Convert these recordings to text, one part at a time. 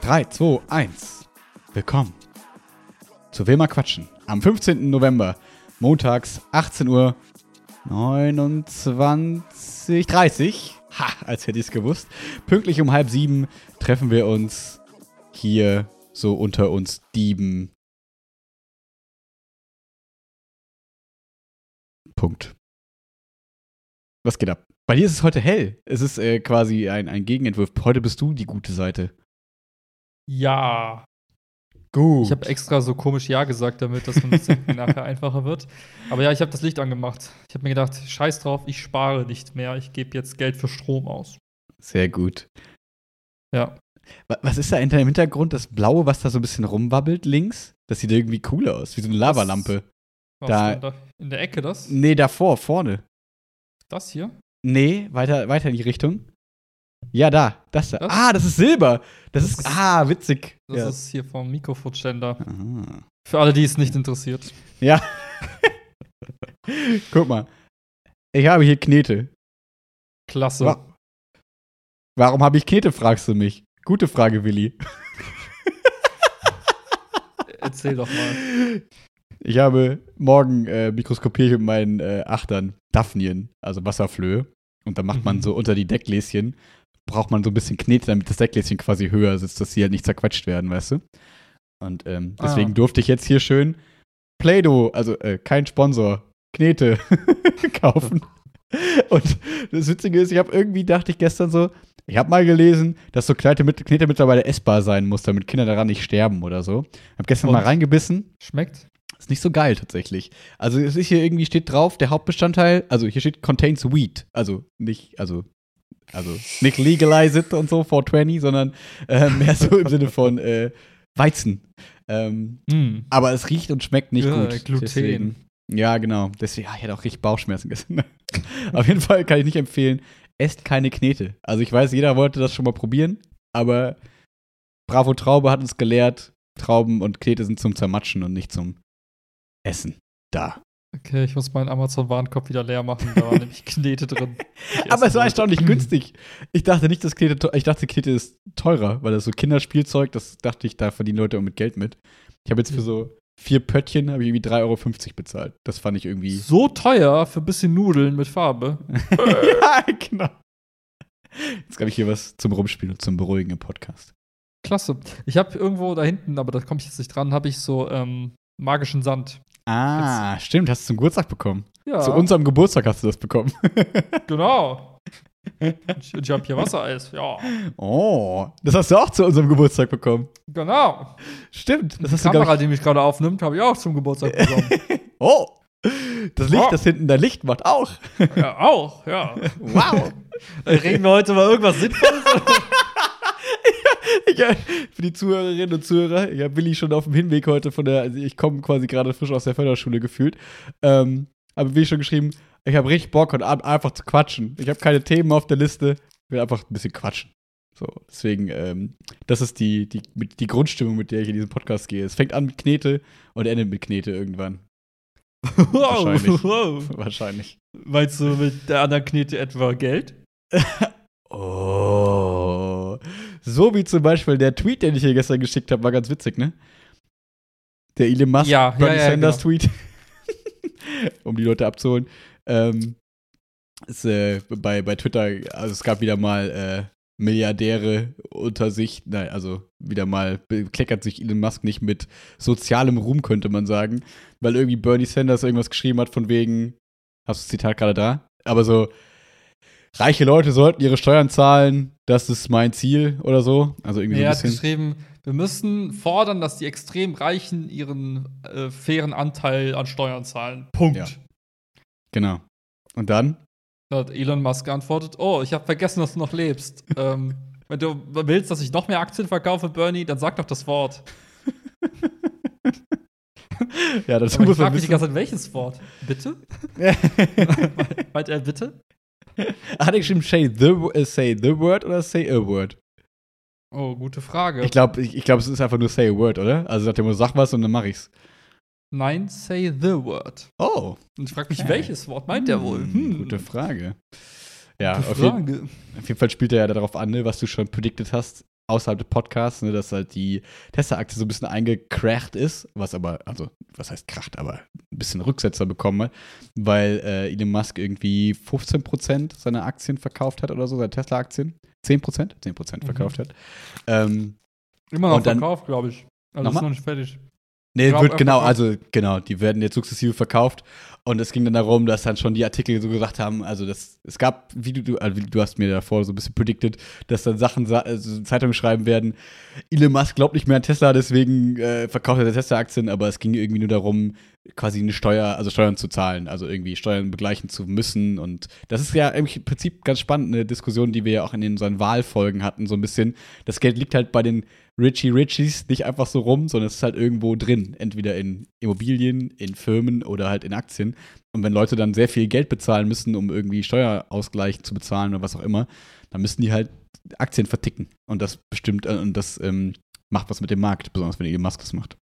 3, 2, 1. Willkommen zu Wilma Quatschen. Am 15. November, montags, 18 Uhr, 29:30. Ha, als hätte ich es gewusst. Pünktlich um 6:30 treffen wir uns hier so unter uns Dieben. Punkt. Was geht ab? Bei dir ist es heute hell. Es ist quasi ein Gegenentwurf. Heute bist du die gute Seite. Ja. Gut. Ich habe extra so komisch Ja gesagt, damit das ein bisschen nachher einfacher wird. Aber ja, ich habe das Licht angemacht. Ich habe mir gedacht, scheiß drauf, ich spare nicht mehr. Ich gebe jetzt Geld für Strom aus. Sehr gut. Ja. Was ist da hinter dem Hintergrund? Das Blaue, was da so ein bisschen rumwabbelt links? Das sieht irgendwie cool aus, wie so eine Lavalampe. Was Da- da in der Ecke das? Nee, davor, vorne. Das hier? Nee, weiter in die Richtung. Ja, da. Das da. Das? Ah, das ist Silber. Das ist. ist- Witzig. Das Ja. ist hier vom Mikrofootständer. Aha. Für alle, die es nicht interessiert. Ja. Guck mal. Ich habe hier Knete. Klasse. Wa- Warum habe ich Knete, fragst du mich? Gute Frage, Willi. Erzähl doch mal. Ich habe morgen mikroskopiere ich mit meinen Achtern Daphnien, also Wasserflöhe. Und dann macht man so unter die Deckgläschen, braucht man so ein bisschen Knete, damit das Deckgläschen quasi höher sitzt, dass sie halt nicht zerquetscht werden, weißt du? Und deswegen durfte ich jetzt hier schön Play-Doh, also kein Sponsor, Knete kaufen. Und das Witzige ist, dachte ich gestern so, ich habe mal gelesen, dass so Knete mittlerweile essbar sein muss, damit Kinder daran nicht sterben oder so. Hab gestern Und? mal reingebissen. Schmeckt? Ist nicht so geil tatsächlich. Also es ist hier irgendwie steht drauf, der Hauptbestandteil, also hier steht contains weed. Also nicht legalize it und so, 420, sondern mehr so im Sinne von Weizen. Aber es riecht und schmeckt nicht gut. Gluten. Deswegen, ja, genau. Deswegen, ich hatte auch richtig Bauchschmerzen gestern. Auf jeden Fall kann ich nicht empfehlen, esst keine Knete. Also ich weiß, jeder wollte das schon mal probieren, aber Bravo Traube hat uns gelehrt, Trauben und Knete sind zum Zermatschen und nicht zum Essen. Da. Okay, ich muss meinen Amazon-Warenkorb wieder leer machen. Da war nämlich Knete drin. Aber es war erstaunlich günstig. Ich dachte nicht, dass Knete ist teurer, weil das so Kinderspielzeug, das dachte ich, da verdienen Leute auch mit Geld mit. Ich habe jetzt für so 4 Pöttchen habe ich irgendwie 3,50 € bezahlt. Das fand ich irgendwie. So teuer für ein bisschen Nudeln mit Farbe. Ja, genau. Jetzt habe ich hier was zum Rumspielen und zum Beruhigen im Podcast. Klasse. Ich habe irgendwo da hinten, aber da komme ich jetzt nicht dran, habe ich so magischen Sand. Stimmt, hast du zum Geburtstag bekommen. Ja, Zu unserem Geburtstag hast du das bekommen. genau. Und ich habe hier Wassereis. Ja, Oh, das hast du auch zu unserem Geburtstag bekommen. genau. Stimmt. Die Das hast du, Kamera, glaub die mich gerade aufnimmt, habe ich auch zum Geburtstag bekommen. ich. Oh, das Licht, Oh. das hinten dein Licht macht auch. Ja, auch, ja. Wow. Reden wir heute mal irgendwas Sinnvolles? Für die Zuhörerinnen und Zuhörer, ich habe Willi schon auf dem Hinweg heute also ich komme quasi gerade frisch aus der Förderschule gefühlt, aber Willi schon geschrieben, ich habe richtig Bock heute Abend einfach zu quatschen. Ich habe keine Themen auf der Liste, ich will einfach ein bisschen quatschen. So, deswegen, das ist die Grundstimmung, mit der ich in diesen Podcast gehe. Es fängt an mit Knete und endet mit Knete irgendwann. Wahrscheinlich. Wow. Wahrscheinlich. Meinst du mit der anderen Knete etwa Geld? Oh. So wie zum Beispiel der Tweet, den ich hier gestern geschickt habe, war ganz witzig, ne? Der Elon Musk, Bernie Sanders genau. Tweet. Um die Leute abzuholen. Ist bei Twitter, also es gab wieder mal Milliardäre unter sich, nein, also wieder mal bekleckert sich Elon Musk nicht mit sozialem Ruhm, könnte man sagen, weil irgendwie Bernie Sanders irgendwas geschrieben hat von wegen, hast du das Zitat gerade da? Aber so, reiche Leute sollten ihre Steuern zahlen, das ist mein Ziel oder so. Also irgendwie so Er ein hat bisschen. geschrieben, wir müssen fordern, dass die extrem Reichen ihren fairen Anteil an Steuern zahlen. Punkt. Ja. Genau. Und dann? Da hat Elon Musk geantwortet, oh, ich habe vergessen, dass du noch lebst. Wenn du willst, dass ich noch mehr Aktien verkaufe, Bernie, dann sag doch das Wort. Ja, dazu Aber ich muss man frage mich die wissen. ganze Zeit, welches Wort? Bitte? Meint er bitte? Hat er geschrieben, say the word oder say a word? Oh, gute Frage. Ich glaube, es ist einfach nur say a word, oder? Also sagt er immer, sag was und dann mach ich's. Nein, say the word. Oh. Und ich frage mich, Okay. welches Wort meint er wohl? Gute Frage. Ja, Gute auf Frage. jeden Fall spielt er ja darauf an, ne, was du schon predicted hast. außerhalb des Podcasts, ne, dass halt die Tesla-Aktie so ein bisschen eingecrashed ist, was heißt kracht, aber ein bisschen Rücksetzer bekommen hat, weil Elon Musk irgendwie 15% seiner Aktien verkauft hat oder so, seine Tesla-Aktien. 10%? 10% verkauft hat. Immer noch und dann, verkauft, glaube ich. Also ist noch nicht fertig. Nee, Ja, wird genau, die werden jetzt sukzessive verkauft. Und es ging dann darum, dass dann schon die Artikel so gesagt haben, also es gab, wie du hast mir davor so ein bisschen predicted, dass dann Zeitungen schreiben werden, Elon Musk glaubt nicht mehr an Tesla, deswegen verkauft er Tesla-Aktien, aber es ging irgendwie nur darum, quasi Steuern zu zahlen, also irgendwie Steuern begleichen zu müssen. Und das ist ja im Prinzip ganz spannend, eine Diskussion, die wir ja auch in unseren Wahlfolgen hatten, so ein bisschen. Das Geld liegt halt bei den Richies nicht einfach so rum, sondern es ist halt irgendwo drin. Entweder in Immobilien, in Firmen oder halt in Aktien. Und wenn Leute dann sehr viel Geld bezahlen müssen, um irgendwie Steuerausgleich zu bezahlen oder was auch immer, dann müssen die halt Aktien verticken. Und das macht was mit dem Markt, besonders wenn Elon Musk das macht.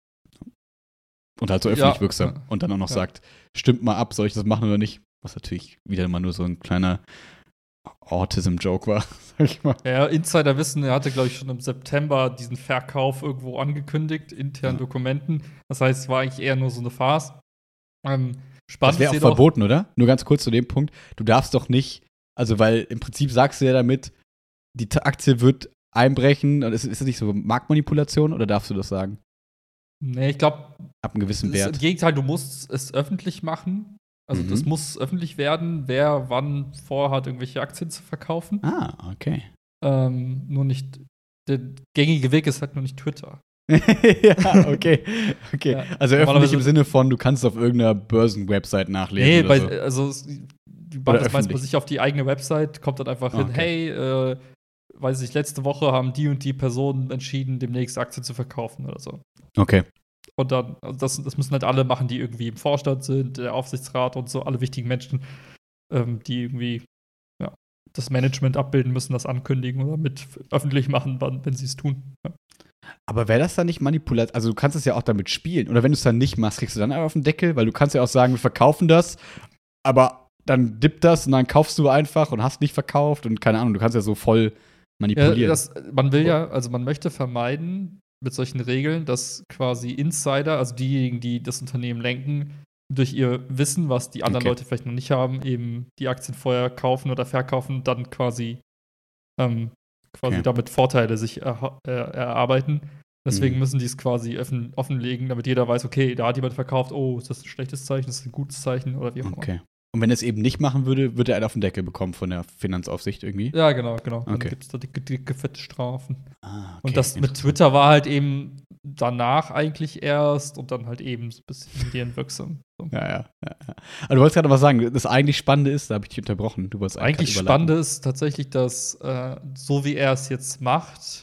Und halt so öffentlich wirksam. Und dann auch noch sagt, stimmt mal ab, soll ich das machen oder nicht? Was natürlich wieder mal nur so ein kleiner Autism-Joke war, sag ich mal. Ja, Insider wissen, er hatte, glaube ich, schon im September diesen Verkauf irgendwo angekündigt, internen Dokumenten. Das heißt, es war eigentlich eher nur so eine Farce. Spannend das wäre auch verboten, oder? Nur ganz kurz zu dem Punkt. Du darfst doch nicht, also weil im Prinzip sagst du ja damit, die Aktie wird einbrechen. Und ist das nicht so Marktmanipulation oder darfst du das sagen? Nee, ich glaube, ab einem gewissen Wert. Im Gegenteil, du musst es öffentlich machen. Also das muss öffentlich werden, wer wann vorhat, irgendwelche Aktien zu verkaufen. Ah, okay. Nur nicht, der gängige Weg ist halt nur nicht Twitter. Ja, okay. Ja. Also öffentlich im Sinne von, du kannst es auf irgendeiner Börsenwebsite nachlesen. Nee, die machen das meist bei sich auf die eigene Website, kommt dann einfach hin, hey, weiß ich, letzte Woche haben die und die Personen entschieden, demnächst Aktien zu verkaufen oder so. Okay. Und dann, also das müssen halt alle machen, die irgendwie im Vorstand sind, der Aufsichtsrat und so, alle wichtigen Menschen, die irgendwie das Management abbilden müssen, das ankündigen oder mit öffentlich machen, wenn sie es tun. Ja. Aber wäre das dann nicht manipuliert? Also du kannst es ja auch damit spielen. Oder wenn du es dann nicht machst, kriegst du dann einfach auf den Deckel, weil du kannst ja auch sagen, wir verkaufen das, aber dann dippt das und dann kaufst du einfach und hast nicht verkauft und keine Ahnung, du kannst ja so voll manipulieren. Man möchte vermeiden mit solchen Regeln, dass quasi Insider, also diejenigen, die das Unternehmen lenken, durch ihr Wissen, was die anderen Leute vielleicht noch nicht haben, eben die Aktien vorher kaufen oder verkaufen, dann quasi damit Vorteile sich erarbeiten. Deswegen müssen die es quasi offenlegen, damit jeder weiß, okay, da hat jemand verkauft, oh, ist das ein schlechtes Zeichen, ist das ein gutes Zeichen oder wie auch immer. Okay. Und wenn er es eben nicht machen würde, würde er einen auf den Deckel bekommen von der Finanzaufsicht irgendwie? Ja, genau. Dann gibt es da dicke, fette Strafen. Und das mit Twitter war halt eben danach eigentlich erst und dann halt eben so ein bisschen medienwirksam. So. Ja. Aber du wolltest gerade was sagen, das eigentlich Spannende ist, da habe ich dich unterbrochen. Du wolltest eigentlich Spannende ist tatsächlich, dass so wie er es jetzt macht,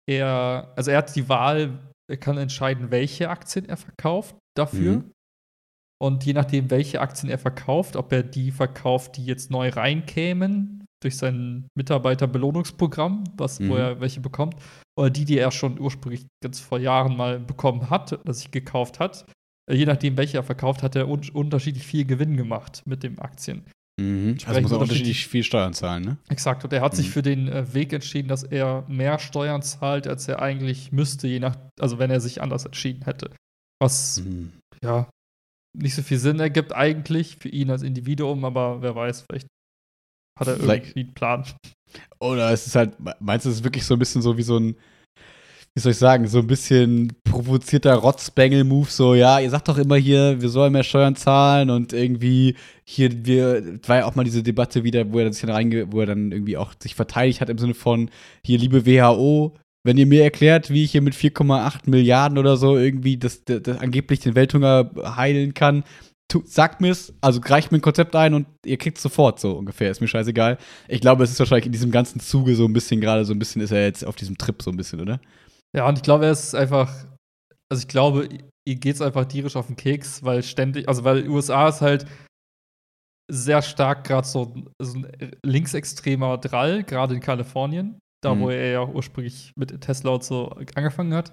er hat die Wahl, er kann entscheiden, welche Aktien er verkauft dafür. Und je nachdem, welche Aktien er verkauft, ob er die verkauft, die jetzt neu reinkämen durch sein Mitarbeiterbelohnungsprogramm, wo er welche bekommt, oder die er schon ursprünglich ganz vor Jahren mal bekommen hat, dass sich gekauft hat. Je nachdem, welche er verkauft, hat er unterschiedlich viel Gewinn gemacht mit den Aktien. Also muss er unterschiedlich viel Steuern zahlen, ne? Exakt. Und er hat sich für den Weg entschieden, dass er mehr Steuern zahlt, als er eigentlich müsste, wenn er sich anders entschieden hätte. Was, nicht so viel Sinn ergibt eigentlich für ihn als Individuum, aber wer weiß, vielleicht hat er irgendwie einen Plan. Oder es ist halt, meinst du, es ist wirklich so ein bisschen so wie so ein, wie soll ich sagen, so ein bisschen provozierter Rotzbengel-Move, so, ja, ihr sagt doch immer hier, wir sollen mehr Steuern zahlen und irgendwie war ja auch mal diese Debatte wieder, wo er dann irgendwie auch sich verteidigt hat im Sinne von, hier, liebe WHO, wenn ihr mir erklärt, wie ich hier mit 4,8 Milliarden oder so irgendwie das angeblich den Welthunger heilen kann, sagt mir's, also reicht mir ein Konzept ein und ihr kriegt's sofort, so ungefähr, ist mir scheißegal. Ich glaube, es ist wahrscheinlich in diesem ganzen Zuge so ein bisschen, gerade so ein bisschen ist er jetzt auf diesem Trip so ein bisschen, oder? Ja, und ich glaube, er ist einfach, also ich glaube, ihr geht's einfach tierisch auf den Keks, weil weil USA ist halt sehr stark gerade so ein linksextremer Drall, gerade in Kalifornien. Da, wo er ja ursprünglich mit Tesla und so angefangen hat.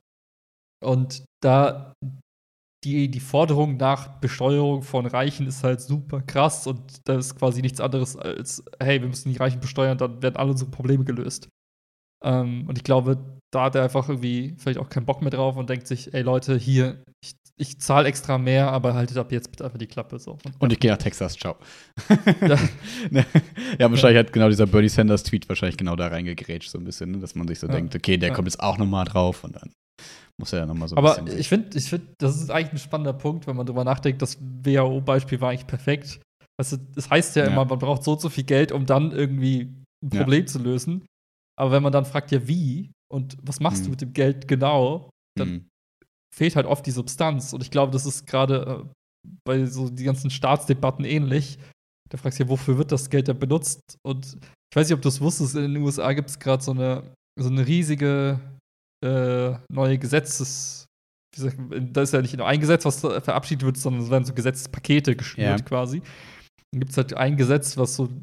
Und da die Forderung nach Besteuerung von Reichen ist halt super krass und das ist quasi nichts anderes als, hey, wir müssen die Reichen besteuern, dann werden alle unsere Probleme gelöst. Und ich glaube, da hat er einfach irgendwie vielleicht auch keinen Bock mehr drauf und denkt sich, ey Leute, hier, ich zahle extra mehr, aber haltet ab jetzt bitte einfach die Klappe. So. Und ich gehe nach Texas, ciao. Ja. Ja, wahrscheinlich hat genau dieser Bernie Sanders-Tweet wahrscheinlich genau da reingegrätscht, so ein bisschen, ne? Dass man sich so denkt, okay, der kommt jetzt auch nochmal drauf und dann muss er ja nochmal so ein aber bisschen. ich finde, das ist eigentlich ein spannender Punkt, wenn man drüber nachdenkt, das WHO-Beispiel war eigentlich perfekt. Weißt du, das heißt ja immer, man braucht so und so viel Geld, um dann irgendwie ein Problem zu lösen. Aber wenn man dann fragt, ja, wie und was machst du mit dem Geld genau, dann fehlt halt oft die Substanz. Und ich glaube, das ist gerade bei so die ganzen Staatsdebatten ähnlich. Da fragst du ja, wofür wird das Geld denn benutzt? Und ich weiß nicht, ob du es wusstest, in den USA gibt es gerade so eine riesige neue Gesetzes. Da ist ja nicht nur ein Gesetz, was verabschiedet wird, sondern es werden so Gesetzespakete geschnürt quasi. Dann gibt es halt ein Gesetz, was so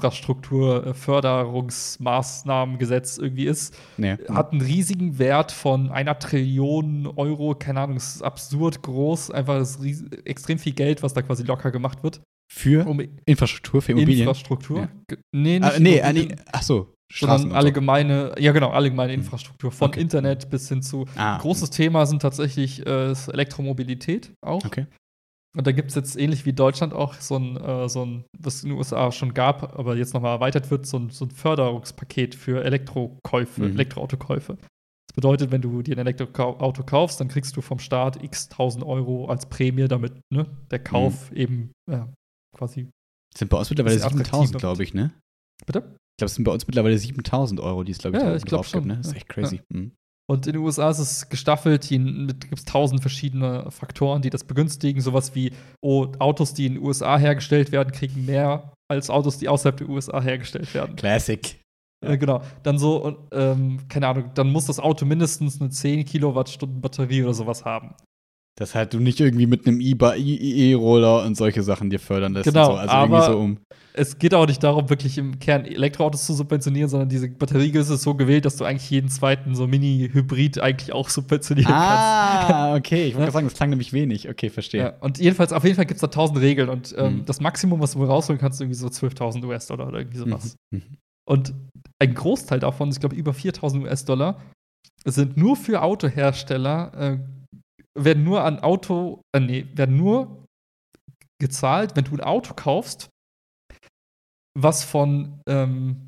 Infrastrukturförderungsmaßnahmengesetz irgendwie ist. Hat einen riesigen Wert von 1 Trillion Euro, keine Ahnung, es ist absurd groß, einfach extrem viel Geld, was da quasi locker gemacht wird. Für Infrastruktur, für Immobilien? Infrastruktur? Ja. Nee, nicht ach so. Sondern allgemeine Infrastruktur, von Internet bis hin zu. Großes Thema sind tatsächlich Elektromobilität auch. Okay. Und da gibt es jetzt ähnlich wie Deutschland auch so ein, was in den USA schon gab, aber jetzt nochmal erweitert wird, so ein Förderungspaket für Elektroautokäufe. Das bedeutet, wenn du dir ein Elektroauto kaufst, dann kriegst du vom Staat x 1000 Euro als Prämie, damit der Kauf eben quasi. Sind bei uns mittlerweile 7.000, glaube ich, ne? Bitte? Ich glaube, es sind bei uns mittlerweile 7.000 Euro, die es, glaube ich, ich glaube schon. Gibt, ne? Das ist echt crazy. Ja. Und in den USA ist es gestaffelt, gibt es 1000 verschiedene Faktoren, die das begünstigen. Sowas wie, Autos, die in den USA hergestellt werden, kriegen mehr als Autos, die außerhalb der USA hergestellt werden. Classic. Genau. Dann so, keine Ahnung, dann muss das Auto mindestens eine 10 Kilowattstunden Batterie oder sowas haben. Dass halt du nicht irgendwie mit einem E-Roller und solche Sachen dir fördern lässt. Genau, und so. Also aber irgendwie so es geht auch nicht darum, wirklich im Kern Elektroautos zu subventionieren, sondern diese Batteriegröße ist so gewählt, dass du eigentlich jeden zweiten so Mini-Hybrid eigentlich auch subventionieren kannst. Okay. Ich wollte sagen, das klang nämlich wenig. Okay, verstehe. Ja, und auf jeden Fall gibt es da 1000 Regeln. Und das Maximum, was du wohl rausholen kannst, ist irgendwie so 12.000 US-Dollar oder irgendwie sowas. Und ein Großteil davon, ich glaube über 4.000 US-Dollar, sind nur für Autohersteller, werden nur gezahlt, wenn du ein Auto kaufst, was von einem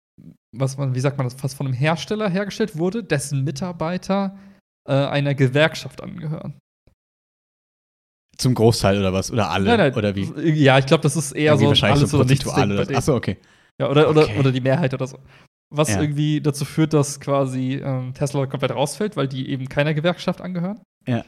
Hersteller hergestellt wurde, dessen Mitarbeiter einer Gewerkschaft angehören. Zum Großteil oder was? Oder alle? Nein. Oder wie? Ja, ich glaube, das ist eher so wahrscheinlich alles oder nichts. Achso, okay. Ja, oder die Mehrheit oder so. Was irgendwie dazu führt, dass quasi Tesla komplett rausfällt, weil die eben keiner Gewerkschaft angehören. Ja.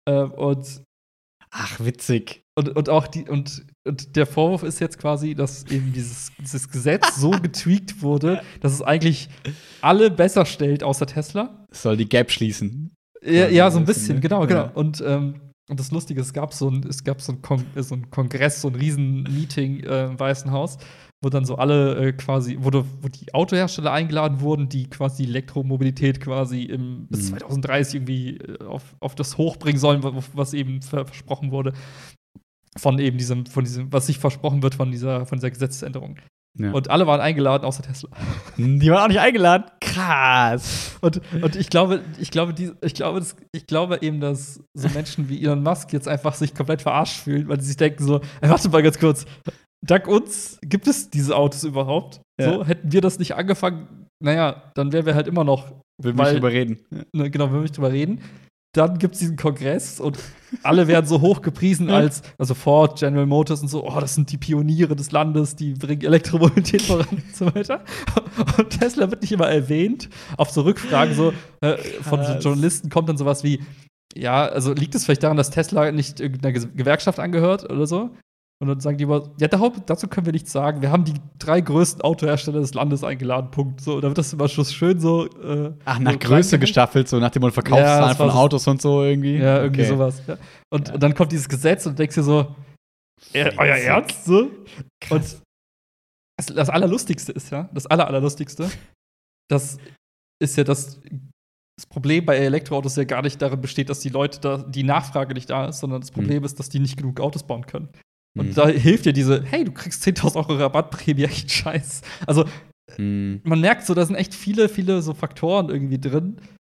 Ach, witzig. Und auch der Vorwurf ist jetzt quasi, dass eben dieses Gesetz so getweakt wurde, dass es eigentlich alle besser stellt, außer Tesla. Es soll die Gap schließen. Ja, so ein bisschen, genau. Und das Lustige, es gab so ein Kongress, so ein Riesen-Meeting im Weißen Haus, wo dann so alle wo die Autohersteller eingeladen wurden, die quasi die Elektromobilität quasi bis 2030 irgendwie auf das hochbringen sollen, was eben versprochen wurde. Von diesem, was sich versprochen wird von dieser Gesetzesänderung. Ja. Und alle waren eingeladen, außer Tesla. Die waren auch nicht eingeladen? Krass. Und ich glaube eben, dass so Menschen wie Elon Musk jetzt einfach sich komplett verarscht fühlen, weil sie sich denken so, warte mal ganz kurz, dank uns gibt es diese Autos überhaupt. Ja. So, hätten wir das nicht angefangen, dann wären wir halt immer noch. Würden wir nicht drüber reden. Genau, würden wir nicht drüber reden. Dann gibt es diesen Kongress und alle werden so hoch gepriesen also Ford, General Motors und so, das sind die Pioniere des Landes, die bringen Elektromobilität voran und so weiter. Und Tesla wird nicht immer erwähnt. Auf so Rückfragen von so Journalisten kommt dann sowas wie, also liegt es vielleicht daran, dass Tesla nicht irgendeiner Gewerkschaft angehört oder so? Und dann sagen die immer, dazu können wir nichts sagen. Wir haben die 3 größten Autohersteller des Landes eingeladen, Punkt. So, und dann wird das immer schön so. Nach Größe gestaffelt, so nach dem Motto Verkaufszahlen von Autos und so irgendwie. Ja, irgendwie sowas. Ja. Und dann kommt dieses Gesetz und du denkst dir so, euer Ernst? So? Und das Allerlustigste ist Allerlustigste, das ist ja das Problem bei Elektroautos ja gar nicht darin besteht, dass die Nachfrage nicht da ist, sondern das Problem ist, dass die nicht genug Autos bauen können. Und da hilft dir hey, du kriegst 10.000 Euro Rabattprämie, echt scheiß. Also, man merkt so, da sind echt viele, viele so Faktoren irgendwie drin,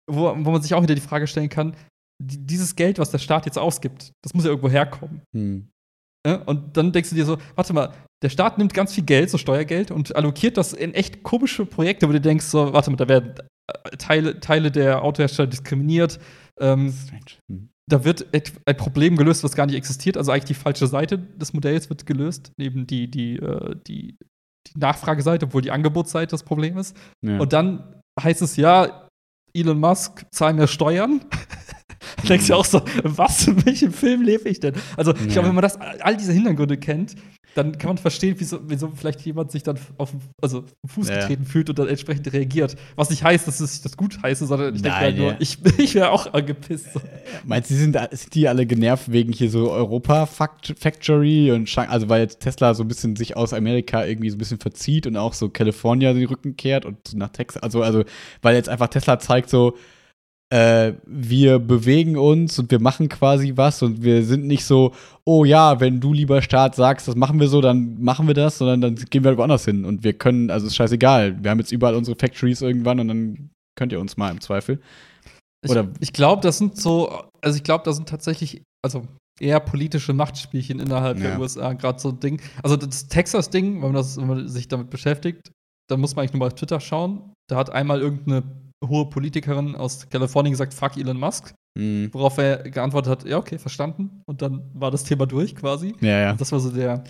wo man sich auch wieder die Frage stellen kann, dieses Geld, was der Staat jetzt ausgibt, das muss ja irgendwo herkommen. Ja? Und dann denkst du dir so, warte mal, der Staat nimmt ganz viel Geld, so Steuergeld, und allokiert das in echt komische Projekte, wo du denkst, so, warte mal, da werden Teile der Autohersteller diskriminiert. Da wird ein Problem gelöst, was gar nicht existiert. Also eigentlich die falsche Seite des Modells wird gelöst, neben die Nachfrageseite, obwohl die Angebotsseite das Problem ist. Ja. Und dann heißt es ja, Elon Musk zahlt mehr Steuern. Da denkst du auch so, was, in welchem Film lebe ich denn? Also, ich glaube, wenn man all diese Hintergründe kennt, dann kann man verstehen, wieso vielleicht jemand sich dann auf den Fuß getreten fühlt und dann entsprechend reagiert. Was nicht heißt, dass ich das gut heiße, sondern ich denke halt nur, ich wäre auch angepisst. So. Meinst du, sind die alle genervt wegen hier so Europa-Factory und also weil jetzt Tesla so ein bisschen sich aus Amerika irgendwie so ein bisschen verzieht und auch so California den Rücken kehrt und nach Texas, also weil jetzt einfach Tesla zeigt so, wir bewegen uns und wir machen quasi was und wir sind nicht so, oh ja, wenn du, lieber Staat, sagst, das machen wir so, dann machen wir das, sondern dann gehen wir halt woanders hin und wir können, also ist scheißegal, wir haben jetzt überall unsere Factories irgendwann und dann könnt ihr uns mal im Zweifel. Ich glaube, das sind tatsächlich, also eher politische Machtspielchen innerhalb der USA, gerade so ein Ding. Also das Texas-Ding, wenn man sich damit beschäftigt, dann muss man eigentlich nur mal auf Twitter schauen. Da hat einmal irgendeine hohe Politikerin aus Kalifornien gesagt, fuck Elon Musk. Worauf er geantwortet hat, ja, okay, verstanden. Und dann war das Thema durch quasi. Ja. Und das war so der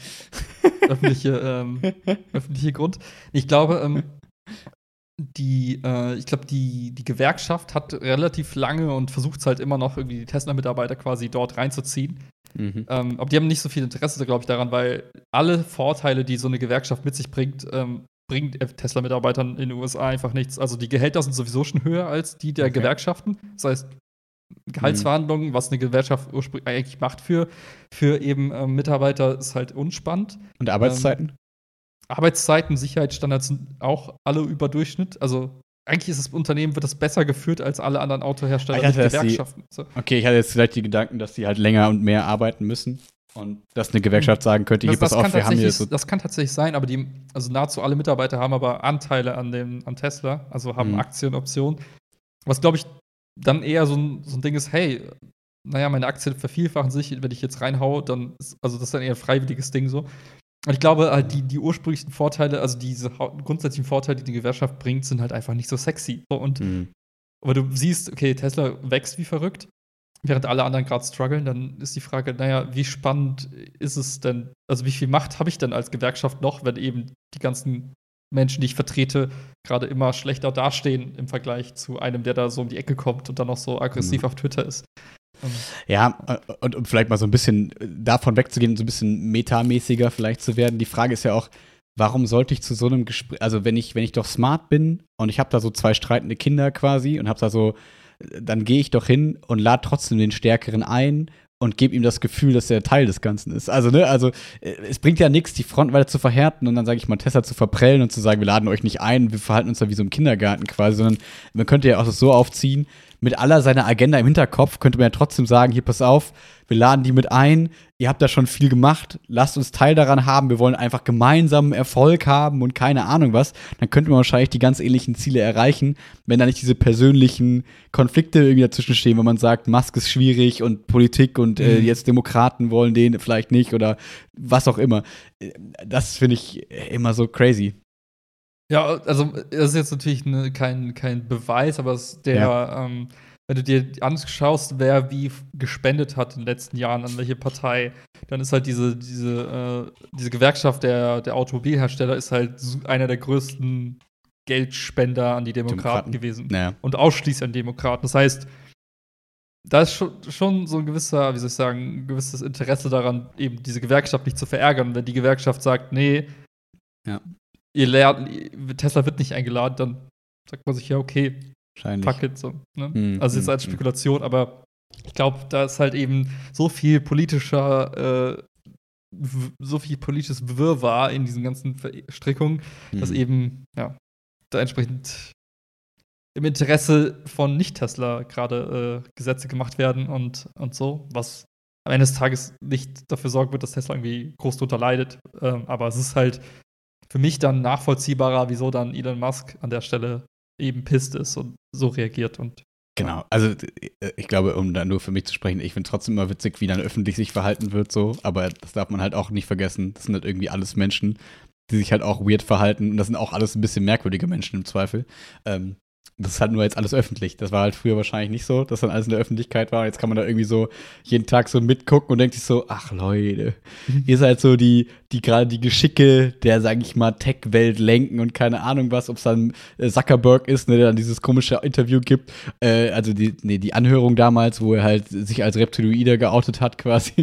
öffentliche Grund. Ich glaube, die Gewerkschaft hat relativ lange und versucht es halt immer noch, irgendwie die Tesla-Mitarbeiter quasi dort reinzuziehen. Aber die haben nicht so viel Interesse, glaube ich, daran, weil alle Vorteile, die so eine Gewerkschaft mit sich bringt Tesla-Mitarbeitern in den USA einfach nichts. Also die Gehälter sind sowieso schon höher als die der Gewerkschaften. Das heißt, Gehaltsverhandlungen, was eine Gewerkschaft ursprünglich eigentlich macht für eben Mitarbeiter, ist halt unspannend. Und Arbeitszeiten? Arbeitszeiten, Sicherheitsstandards sind auch alle über Durchschnitt. Also eigentlich ist das Unternehmen, wird das besser geführt als alle anderen Autohersteller mit Gewerkschaften. Okay, ich hatte jetzt vielleicht die Gedanken, dass die halt länger und mehr arbeiten müssen. Und dass eine Gewerkschaft sagen könnte, hier, pass auf, wir haben hier so. Das kann tatsächlich sein, aber nahezu alle Mitarbeiter haben aber Anteile an Tesla, also haben Aktien, Optionen. Was, glaube ich, dann eher so ein Ding ist, hey, naja, meine Aktien vervielfachen sich, wenn ich jetzt reinhaue, dann das ist dann eher ein freiwilliges Ding so. Und ich glaube, halt die ursprünglichen Vorteile, also diese grundsätzlichen Vorteile, die Gewerkschaft bringt, sind halt einfach nicht so sexy. Und aber du siehst, okay, Tesla wächst wie verrückt, während alle anderen gerade strugglen, dann ist die Frage, naja, wie spannend ist es denn, also wie viel Macht habe ich denn als Gewerkschaft noch, wenn eben die ganzen Menschen, die ich vertrete, gerade immer schlechter dastehen im Vergleich zu einem, der da so um die Ecke kommt und dann noch so aggressiv auf Twitter ist. Ja, und um vielleicht mal so ein bisschen davon wegzugehen, so ein bisschen metamäßiger vielleicht zu werden. Die Frage ist ja auch, warum sollte ich zu so einem Gespräch, also wenn ich doch smart bin und ich habe da so 2 streitende Kinder quasi und habe da so, dann gehe ich doch hin und lade trotzdem den Stärkeren ein und gebe ihm das Gefühl, dass er Teil des Ganzen ist. Also, es bringt ja nichts, die Front weiter zu verhärten und dann, sage ich mal, Tesla zu verprellen und zu sagen, wir laden euch nicht ein, wir verhalten uns da wie so im Kindergarten quasi, sondern man könnte ja auch das so aufziehen, mit aller seiner Agenda im Hinterkopf könnte man ja trotzdem sagen, hier, pass auf, wir laden die mit ein, ihr habt da schon viel gemacht, lasst uns Teil daran haben, wir wollen einfach gemeinsam Erfolg haben und keine Ahnung was, dann könnte man wahrscheinlich die ganz ähnlichen Ziele erreichen, wenn da nicht diese persönlichen Konflikte irgendwie dazwischen stehen, wenn man sagt, Musk ist schwierig und Politik und jetzt Demokraten wollen den vielleicht nicht oder was auch immer. Das finde ich immer so crazy. Ja, also das ist jetzt natürlich kein Beweis, aber wenn du dir anschaust, wer wie gespendet hat in den letzten Jahren an welche Partei, dann ist halt diese Gewerkschaft der Automobilhersteller ist halt einer der größten Geldspender an die Demokraten gewesen. Ja. Und ausschließlich an Demokraten. Das heißt, da ist schon so ein gewisser, ein gewisses Interesse daran, eben diese Gewerkschaft nicht zu verärgern. Wenn die Gewerkschaft sagt, nee, Tesla wird nicht eingeladen, dann sagt man sich, ja, okay, fuck it, so. Ne? Also jetzt als Spekulation, aber ich glaube, da ist halt eben so viel politisches Wirrwarr in diesen ganzen Verstrickungen, dass eben, da entsprechend im Interesse von Nicht-Tesla gerade Gesetze gemacht werden und so, was am Ende des Tages nicht dafür sorgen wird, dass Tesla irgendwie groß drunter leidet. Aber es ist halt für mich dann nachvollziehbarer, wieso dann Elon Musk an der Stelle eben pisst ist und so reagiert. Und Genau, also ich glaube, um da nur für mich zu sprechen, ich finde trotzdem immer witzig, wie dann öffentlich sich verhalten wird, so, aber das darf man halt auch nicht vergessen. Das sind halt irgendwie alles Menschen, die sich halt auch weird verhalten und das sind auch alles ein bisschen merkwürdige Menschen im Zweifel. Das ist halt nur jetzt alles öffentlich. Das war halt früher wahrscheinlich nicht so, dass dann alles in der Öffentlichkeit war. Und jetzt kann man da irgendwie so jeden Tag so mitgucken und denkt sich so, ach Leute, ihr seid so die gerade die Geschicke der, sag ich mal, Tech-Welt lenken und keine Ahnung was, ob es dann Zuckerberg ist, ne, der dann dieses komische Interview gibt. Also die Anhörung damals, wo er halt sich als Reptiloider geoutet hat quasi.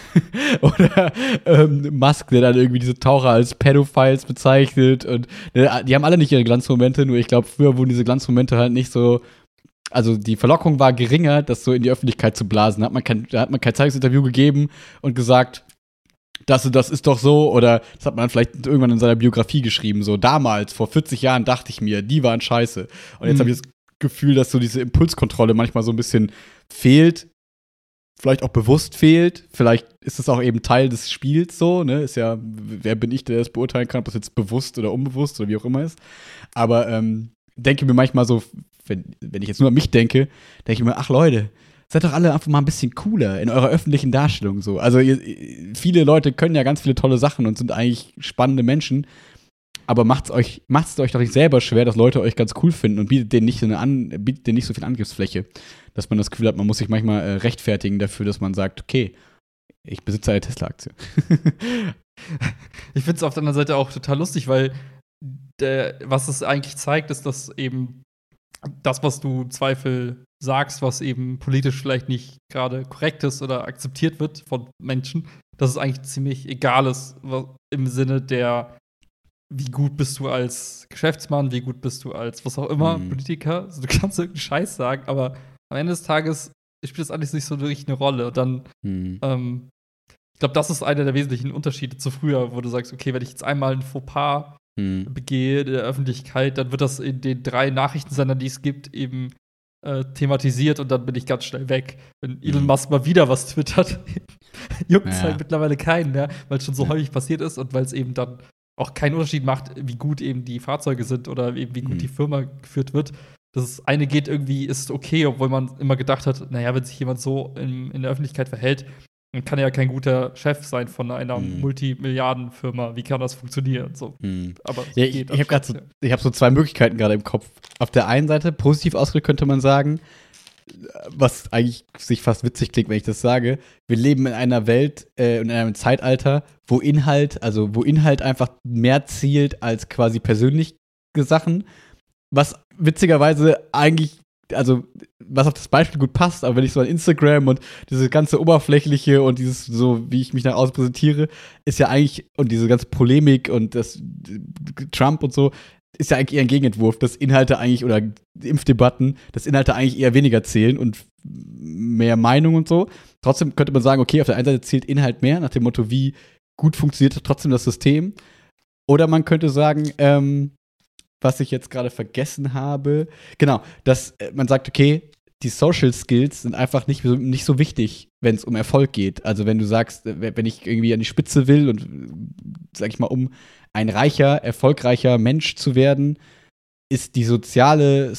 Oder Musk, der dann irgendwie diese Taucher als Pedophiles bezeichnet. Und die haben alle nicht ihre Glanzmomente, nur ich glaube, früher wurden diese Glanzmomente halt nicht so. Also die Verlockung war geringer, das so in die Öffentlichkeit zu blasen. Da hat man kein Zeitungsinterview gegeben und gesagt, das ist doch so. Oder das hat man vielleicht irgendwann in seiner Biografie geschrieben. So, damals, vor 40 Jahren, dachte ich mir, die waren scheiße. Und jetzt habe ich das Gefühl, dass so diese Impulskontrolle manchmal so ein bisschen fehlt. Vielleicht auch bewusst fehlt. Vielleicht ist es auch eben Teil des Spiels so, ne? Ist ja, wer bin ich, der das beurteilen kann, ob das jetzt bewusst oder unbewusst oder wie auch immer ist. Aber denke mir manchmal so, wenn ich jetzt nur an mich denke ich mir, ach Leute, seid doch alle einfach mal ein bisschen cooler in eurer öffentlichen Darstellung so. Also viele Leute können ja ganz viele tolle Sachen und sind eigentlich spannende Menschen, aber macht's euch doch nicht selber schwer, dass Leute euch ganz cool finden und bietet denen nicht so viel Angriffsfläche, dass man das Gefühl hat, man muss sich manchmal rechtfertigen dafür, dass man sagt, okay, ich besitze eine Tesla-Aktie. Ich finde es auf der anderen Seite auch total lustig, weil was es eigentlich zeigt, ist, dass eben das, was du im Zweifel sagst, was eben politisch vielleicht nicht gerade korrekt ist oder akzeptiert wird von Menschen, dass es eigentlich ziemlich egal ist, im Sinne der, wie gut bist du als Geschäftsmann, wie gut bist du als was auch immer, Politiker. Also, du kannst irgendeinen Scheiß sagen, aber am Ende des Tages spielt das alles nicht so wirklich eine Rolle. Und dann, ich glaube, das ist einer der wesentlichen Unterschiede zu früher, wo du sagst, okay, wenn ich jetzt einmal ein Fauxpas begehe in der Öffentlichkeit, dann wird das in den 3 Nachrichtensendern, die es gibt, eben thematisiert und dann bin ich ganz schnell weg. Wenn Elon Musk mal wieder was twittert, juckt es halt mittlerweile keinen mehr, weil es schon so häufig passiert ist und weil es eben dann auch keinen Unterschied macht, wie gut eben die Fahrzeuge sind oder eben wie gut die Firma geführt wird. Das eine geht irgendwie, ist okay, obwohl man immer gedacht hat, naja, wenn sich jemand so in der Öffentlichkeit verhält, dann kann er ja kein guter Chef sein von einer Multimilliardenfirma. Wie kann das funktionieren? So. Aber ja, ich habe so 2 Möglichkeiten gerade im Kopf. Auf der einen Seite, positiv ausgedrückt könnte man sagen, was eigentlich sich fast witzig klingt, wenn ich das sage, wir leben in einer Welt, in einem Zeitalter, wo Inhalt einfach mehr zielt als quasi persönliche Sachen, was witzigerweise eigentlich, also was auf das Beispiel gut passt, aber wenn ich so an Instagram und diese ganze Oberflächliche und dieses so, wie ich mich nach außen präsentiere, ist ja eigentlich, und diese ganze Polemik und das Trump und so, ist ja eigentlich eher ein Gegenentwurf, dass Inhalte eigentlich, oder Impfdebatten, dass Inhalte eigentlich eher weniger zählen und mehr Meinung und so. Trotzdem könnte man sagen, okay, auf der einen Seite zählt Inhalt mehr, nach dem Motto, wie gut funktioniert trotzdem das System. Oder man könnte sagen, was ich jetzt gerade vergessen habe, genau, dass man sagt, okay, die Social Skills sind einfach nicht so wichtig, wenn es um Erfolg geht. Also wenn du sagst, wenn ich irgendwie an die Spitze will und, sag ich mal, um ein reicher, erfolgreicher Mensch zu werden, ist die sozialen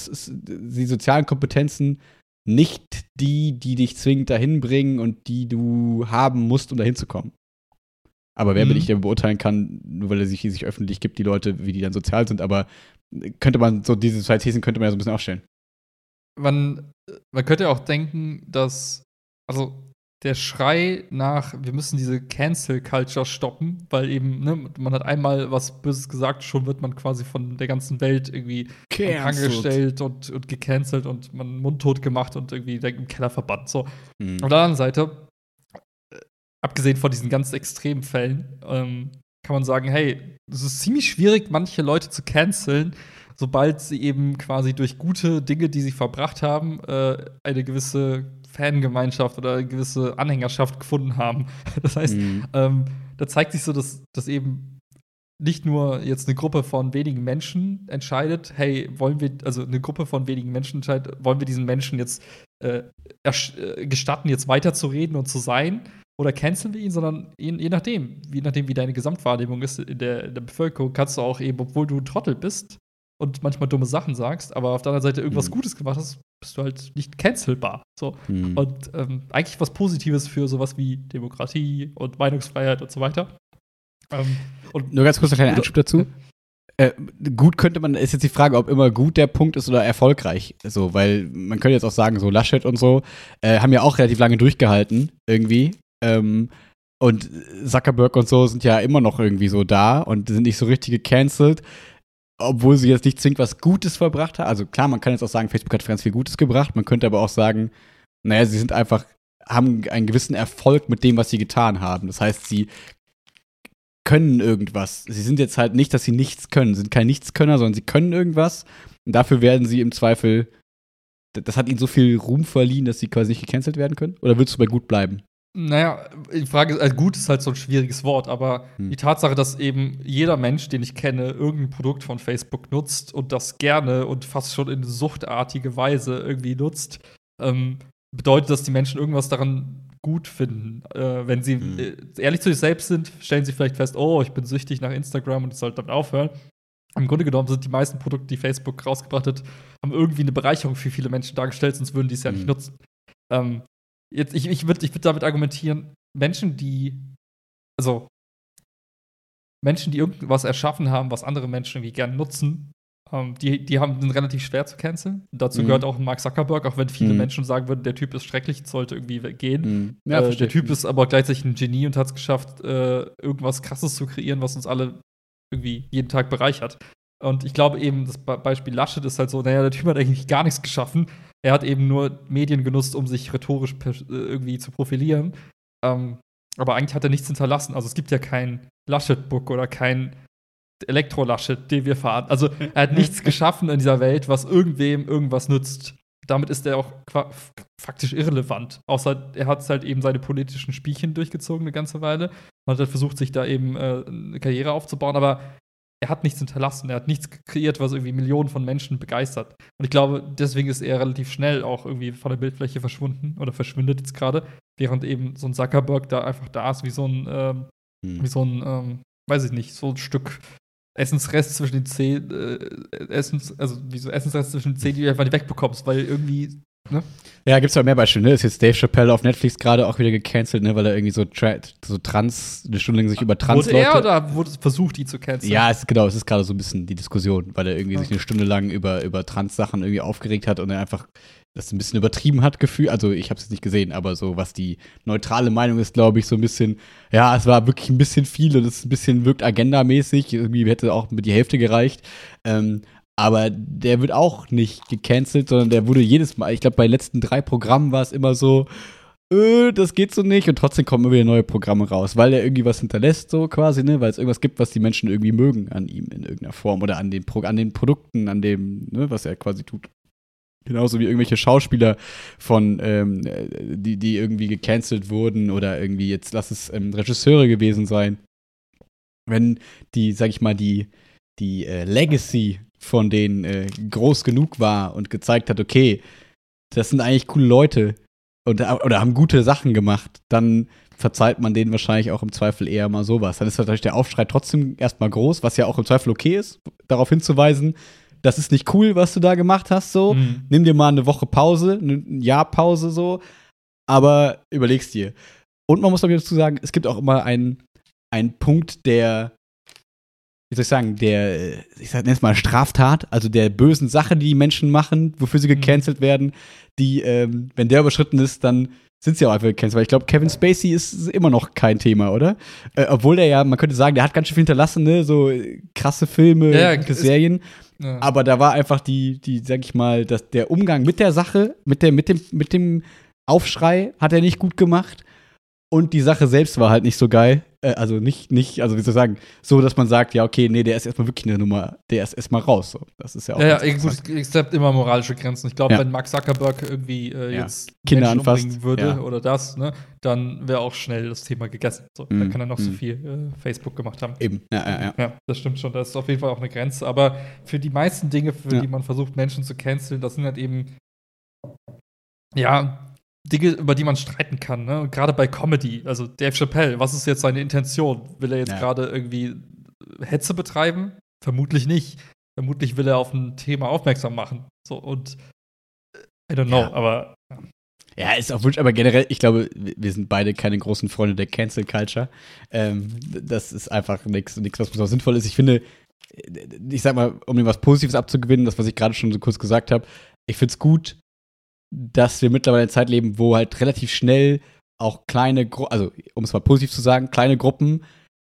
Kompetenzen nicht die dich zwingend dahin bringen und die du haben musst, um dahin zu kommen. Aber wer bin ich, der beurteilen kann, nur weil er sich öffentlich gibt, die Leute, wie die dann sozial sind, aber könnte man so diese 2 Thesen könnte man ja so ein bisschen aufstellen. Man könnte auch denken, dass, also der Schrei nach, wir müssen diese Cancel-Culture stoppen, weil eben, ne, man hat einmal was Böses gesagt, schon wird man quasi von der ganzen Welt irgendwie angestellt und gecancelt und man mundtot gemacht und irgendwie im Keller verbannt. So. Auf der anderen Seite, abgesehen von diesen ganz extremen Fällen, kann man sagen, hey, es ist ziemlich schwierig, manche Leute zu canceln, sobald sie eben quasi durch gute Dinge, die sie verbracht haben, eine gewisse Fangemeinschaft oder eine gewisse Anhängerschaft gefunden haben. Das heißt, da zeigt sich so, dass eben nicht nur jetzt eine Gruppe von wenigen Menschen entscheidet, hey, wollen wir diesen Menschen jetzt gestatten, jetzt weiterzureden und zu sein, oder canceln wir ihn, sondern je nachdem, wie deine Gesamtwahrnehmung ist in der Bevölkerung, kannst du auch eben, obwohl du ein Trottel bist, und manchmal dumme Sachen sagst, aber auf der anderen Seite irgendwas Gutes gemacht hast, bist du halt nicht cancelbar. So. Und eigentlich was Positives für sowas wie Demokratie und Meinungsfreiheit und so weiter. Und nur ganz kurz einen kleinen Einschub dazu. Gut könnte man, ist jetzt die Frage, ob immer gut der Punkt ist oder erfolgreich. So, weil man könnte jetzt auch sagen, so Laschet und so haben ja auch relativ lange durchgehalten, irgendwie. Und Zuckerberg und so sind ja immer noch irgendwie so da und sind nicht so richtig gecancelt, obwohl sie jetzt nicht zwingend was Gutes verbracht haben. Also klar, man kann jetzt auch sagen, Facebook hat ganz viel Gutes gebracht. Man könnte aber auch sagen, naja, sie sind einfach, haben einen gewissen Erfolg mit dem, was sie getan haben. Das heißt, sie können irgendwas. Sie sind jetzt halt nicht, dass sie nichts können. Sie sind kein Nichtskönner, sondern sie können irgendwas. Und dafür werden sie im Zweifel, das hat ihnen so viel Ruhm verliehen, dass sie quasi nicht gecancelt werden können? Oder willst du bei gut bleiben? Naja, die Frage ist, also gut ist halt so ein schwieriges Wort, aber die Tatsache, dass eben jeder Mensch, den ich kenne, irgendein Produkt von Facebook nutzt und das gerne und fast schon in suchtartige Weise irgendwie nutzt, bedeutet, dass die Menschen irgendwas daran gut finden. Wenn sie ehrlich zu sich selbst sind, stellen sie vielleicht fest, oh, ich bin süchtig nach Instagram und ich sollte damit aufhören. Im Grunde genommen sind die meisten Produkte, die Facebook rausgebracht hat, haben irgendwie eine Bereicherung für viele Menschen dargestellt, sonst würden die es ja nicht nutzen. Ich würd damit argumentieren, Menschen, die irgendwas erschaffen haben, was andere Menschen irgendwie gerne nutzen, die sind relativ schwer zu canceln. Dazu gehört auch Mark Zuckerberg, auch wenn viele Menschen sagen würden, der Typ ist schrecklich, sollte irgendwie gehen. Ja, der Typ ist aber gleichzeitig ein Genie und hat es geschafft, irgendwas Krasses zu kreieren, was uns alle irgendwie jeden Tag bereichert. Und ich glaube eben, das Beispiel Laschet ist halt so, naja, der Typ hat eigentlich gar nichts geschaffen. Er hat eben nur Medien genutzt, um sich rhetorisch irgendwie zu profilieren. Aber eigentlich hat er nichts hinterlassen. Also es gibt ja kein Laschet-Book oder kein Elektro-Laschet, den wir fahren. Also er hat nichts geschaffen in dieser Welt, was irgendwem irgendwas nützt. Damit ist er auch faktisch irrelevant. Außer er hat halt eben seine politischen Spielchen durchgezogen eine ganze Weile und hat halt versucht, sich da eben eine Karriere aufzubauen. Aber er hat nichts hinterlassen, er hat nichts kreiert, was irgendwie Millionen von Menschen begeistert. Und ich glaube, deswegen ist er relativ schnell auch irgendwie von der Bildfläche verschwunden oder verschwindet jetzt gerade, während eben so ein Zuckerberg da einfach da ist, wie so ein, weiß ich nicht, so ein Stück Essensrest zwischen den Zähnen, wie so Essensrest zwischen den Zähnen, die du einfach nicht wegbekommst, weil irgendwie, ne? Ja, gibt's ja mehr Beispiele, ne? Ist jetzt Dave Chappelle auf Netflix gerade auch wieder gecancelt, ne? Weil er irgendwie so trans, eine Stunde lang sich über Trans-Leute. Wurde er oder wurde versucht, ihn zu canceln? Ja, es ist gerade so ein bisschen die Diskussion, weil er irgendwie sich eine Stunde lang über Trans-Sachen irgendwie aufgeregt hat und er einfach das ein bisschen übertrieben hat, Gefühl. Also ich habe es jetzt nicht gesehen, aber so, was die neutrale Meinung ist, glaube ich, so ein bisschen, ja, es war wirklich ein bisschen viel und es wirkt agendamäßig. Irgendwie hätte auch mit die Hälfte gereicht. Aber der wird auch nicht gecancelt, sondern der wurde jedes Mal, ich glaube, bei den letzten 3 Programmen war es immer so, das geht so nicht und trotzdem kommen immer wieder neue Programme raus, weil er irgendwie was hinterlässt, so quasi, ne, weil es irgendwas gibt, was die Menschen irgendwie mögen an ihm in irgendeiner Form oder an den Produkten, an dem, ne, was er quasi tut. Genauso wie irgendwelche Schauspieler von, die irgendwie gecancelt wurden oder irgendwie, jetzt lass es Regisseure gewesen sein. Wenn die, sag ich mal, die Legacy von denen groß genug war und gezeigt hat, okay, das sind eigentlich coole Leute oder haben gute Sachen gemacht, dann verzeiht man denen wahrscheinlich auch im Zweifel eher mal sowas. Dann ist natürlich der Aufschrei trotzdem erstmal groß, was ja auch im Zweifel okay ist, darauf hinzuweisen, das ist nicht cool, was du da gemacht hast, so. Nimm dir mal eine Woche Pause, ein Jahr Pause, so. Aber überleg's dir. Und man muss auch dazu sagen, es gibt auch immer einen Punkt der, wie soll ich sagen, ich nenne es mal Straftat, also der bösen Sache, die Menschen machen, wofür sie gecancelt werden, die, wenn der überschritten ist, dann sind sie auch einfach gecancelt. Weil ich glaube, Kevin Spacey ist immer noch kein Thema, oder? Obwohl der ja, man könnte sagen, der hat ganz schön viel hinterlassen, ne? So krasse Filme, gute Serien. Ja. Aber da war einfach sag ich mal, der Umgang mit der Sache, mit dem Aufschrei hat er nicht gut gemacht. Und die Sache selbst war halt nicht so geil. Also nicht, also wie soll ich sagen, so, dass man sagt, ja, okay, nee, der ist erstmal wirklich eine Nummer, der ist erstmal raus. So. Das ist ja auch. Ja, gut, es gibt immer moralische Grenzen. Ich glaube, wenn Mark Zuckerberg irgendwie jetzt Kinder Menschen anfasst umbringen würde oder das, ne, dann wäre auch schnell das Thema gegessen. So, dann kann er noch so viel Facebook gemacht haben. Eben, ja. Ja, das stimmt schon. Das ist auf jeden Fall auch eine Grenze. Aber für die meisten Dinge, für die man versucht, Menschen zu canceln, das sind halt eben, ja, Dinge, über die man streiten kann, ne? Gerade bei Comedy. Also Dave Chappelle, was ist jetzt seine Intention? Will er jetzt gerade irgendwie Hetze betreiben? Vermutlich nicht. vermutlich will er auf ein Thema aufmerksam machen. So, und I don't know, aber. Ja, ist auch wünsch, aber generell, ich glaube, wir sind beide keine großen Freunde der Cancel Culture. Das ist einfach nichts, was besonders sinnvoll ist. Ich finde, ich sag mal, um mir was Positives abzugewinnen, das, was ich gerade schon so kurz gesagt habe, ich finde es gut, dass wir mittlerweile in einer Zeit leben, wo halt relativ schnell auch kleine Gruppen, also um es mal positiv zu sagen, kleine Gruppen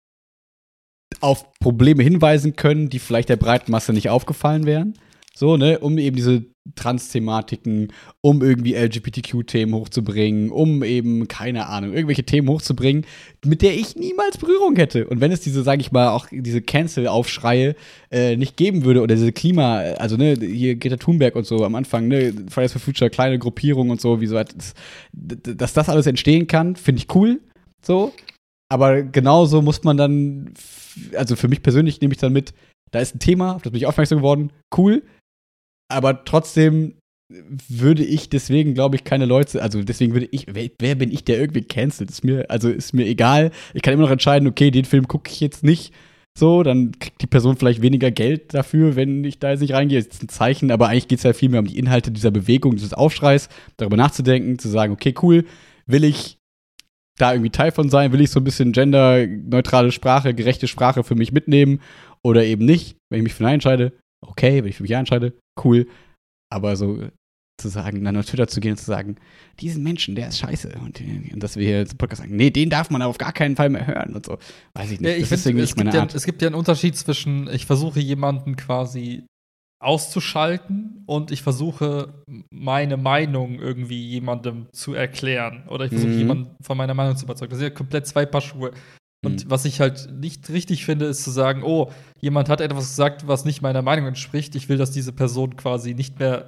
auf Probleme hinweisen können, die vielleicht der breiten Masse nicht aufgefallen wären. So, ne, um eben diese Trans-Thematiken, um irgendwie LGBTQ-Themen hochzubringen, um eben, keine Ahnung, irgendwelche Themen hochzubringen, mit der ich niemals Berührung hätte. Und wenn es diese, sag ich mal, auch diese Cancel-Aufschreie nicht geben würde oder diese also, ne, hier Greta Thunberg und so am Anfang, ne, Fridays for Future, kleine Gruppierung und so, wie so, dass das alles entstehen kann, finde ich cool, so. Aber genauso muss man dann, also für mich persönlich nehme ich dann mit, da ist ein Thema, auf das bin ich aufmerksam geworden, cool. Aber trotzdem würde ich deswegen, glaube ich, keine Leute, also deswegen würde ich, wer bin ich, der irgendwie cancelt? Ist mir egal. Ich kann immer noch entscheiden, okay, den Film gucke ich jetzt nicht. So, dann kriegt die Person vielleicht weniger Geld dafür, wenn ich da jetzt nicht reingehe. Das ist ein Zeichen, aber eigentlich geht es ja viel mehr um die Inhalte dieser Bewegung, dieses Aufschreis, darüber nachzudenken, zu sagen, okay, cool, will ich da irgendwie Teil von sein? Will ich so ein bisschen genderneutrale Sprache, gerechte Sprache für mich mitnehmen oder eben nicht? Wenn ich mich für Nein entscheide, okay, wenn ich für mich Ja entscheide, cool. Aber so zu sagen, dann auf Twitter zu gehen und zu sagen, diesen Menschen, der ist scheiße. Und dass wir hier jetzt im Podcast sagen, nee, den darf man auf gar keinen Fall mehr hören und so. Weiß ich nicht. Ja, das ist irgendwie nicht meine Art. Es gibt ja einen Unterschied zwischen, ich versuche jemanden quasi auszuschalten und ich versuche meine Meinung irgendwie jemandem zu erklären. Oder ich versuche jemanden von meiner Meinung zu überzeugen. Das sind ja komplett zwei Paar Schuhe. Und was ich halt nicht richtig finde, ist zu sagen, oh, jemand hat etwas gesagt, was nicht meiner Meinung entspricht. Ich will, dass diese Person quasi nicht mehr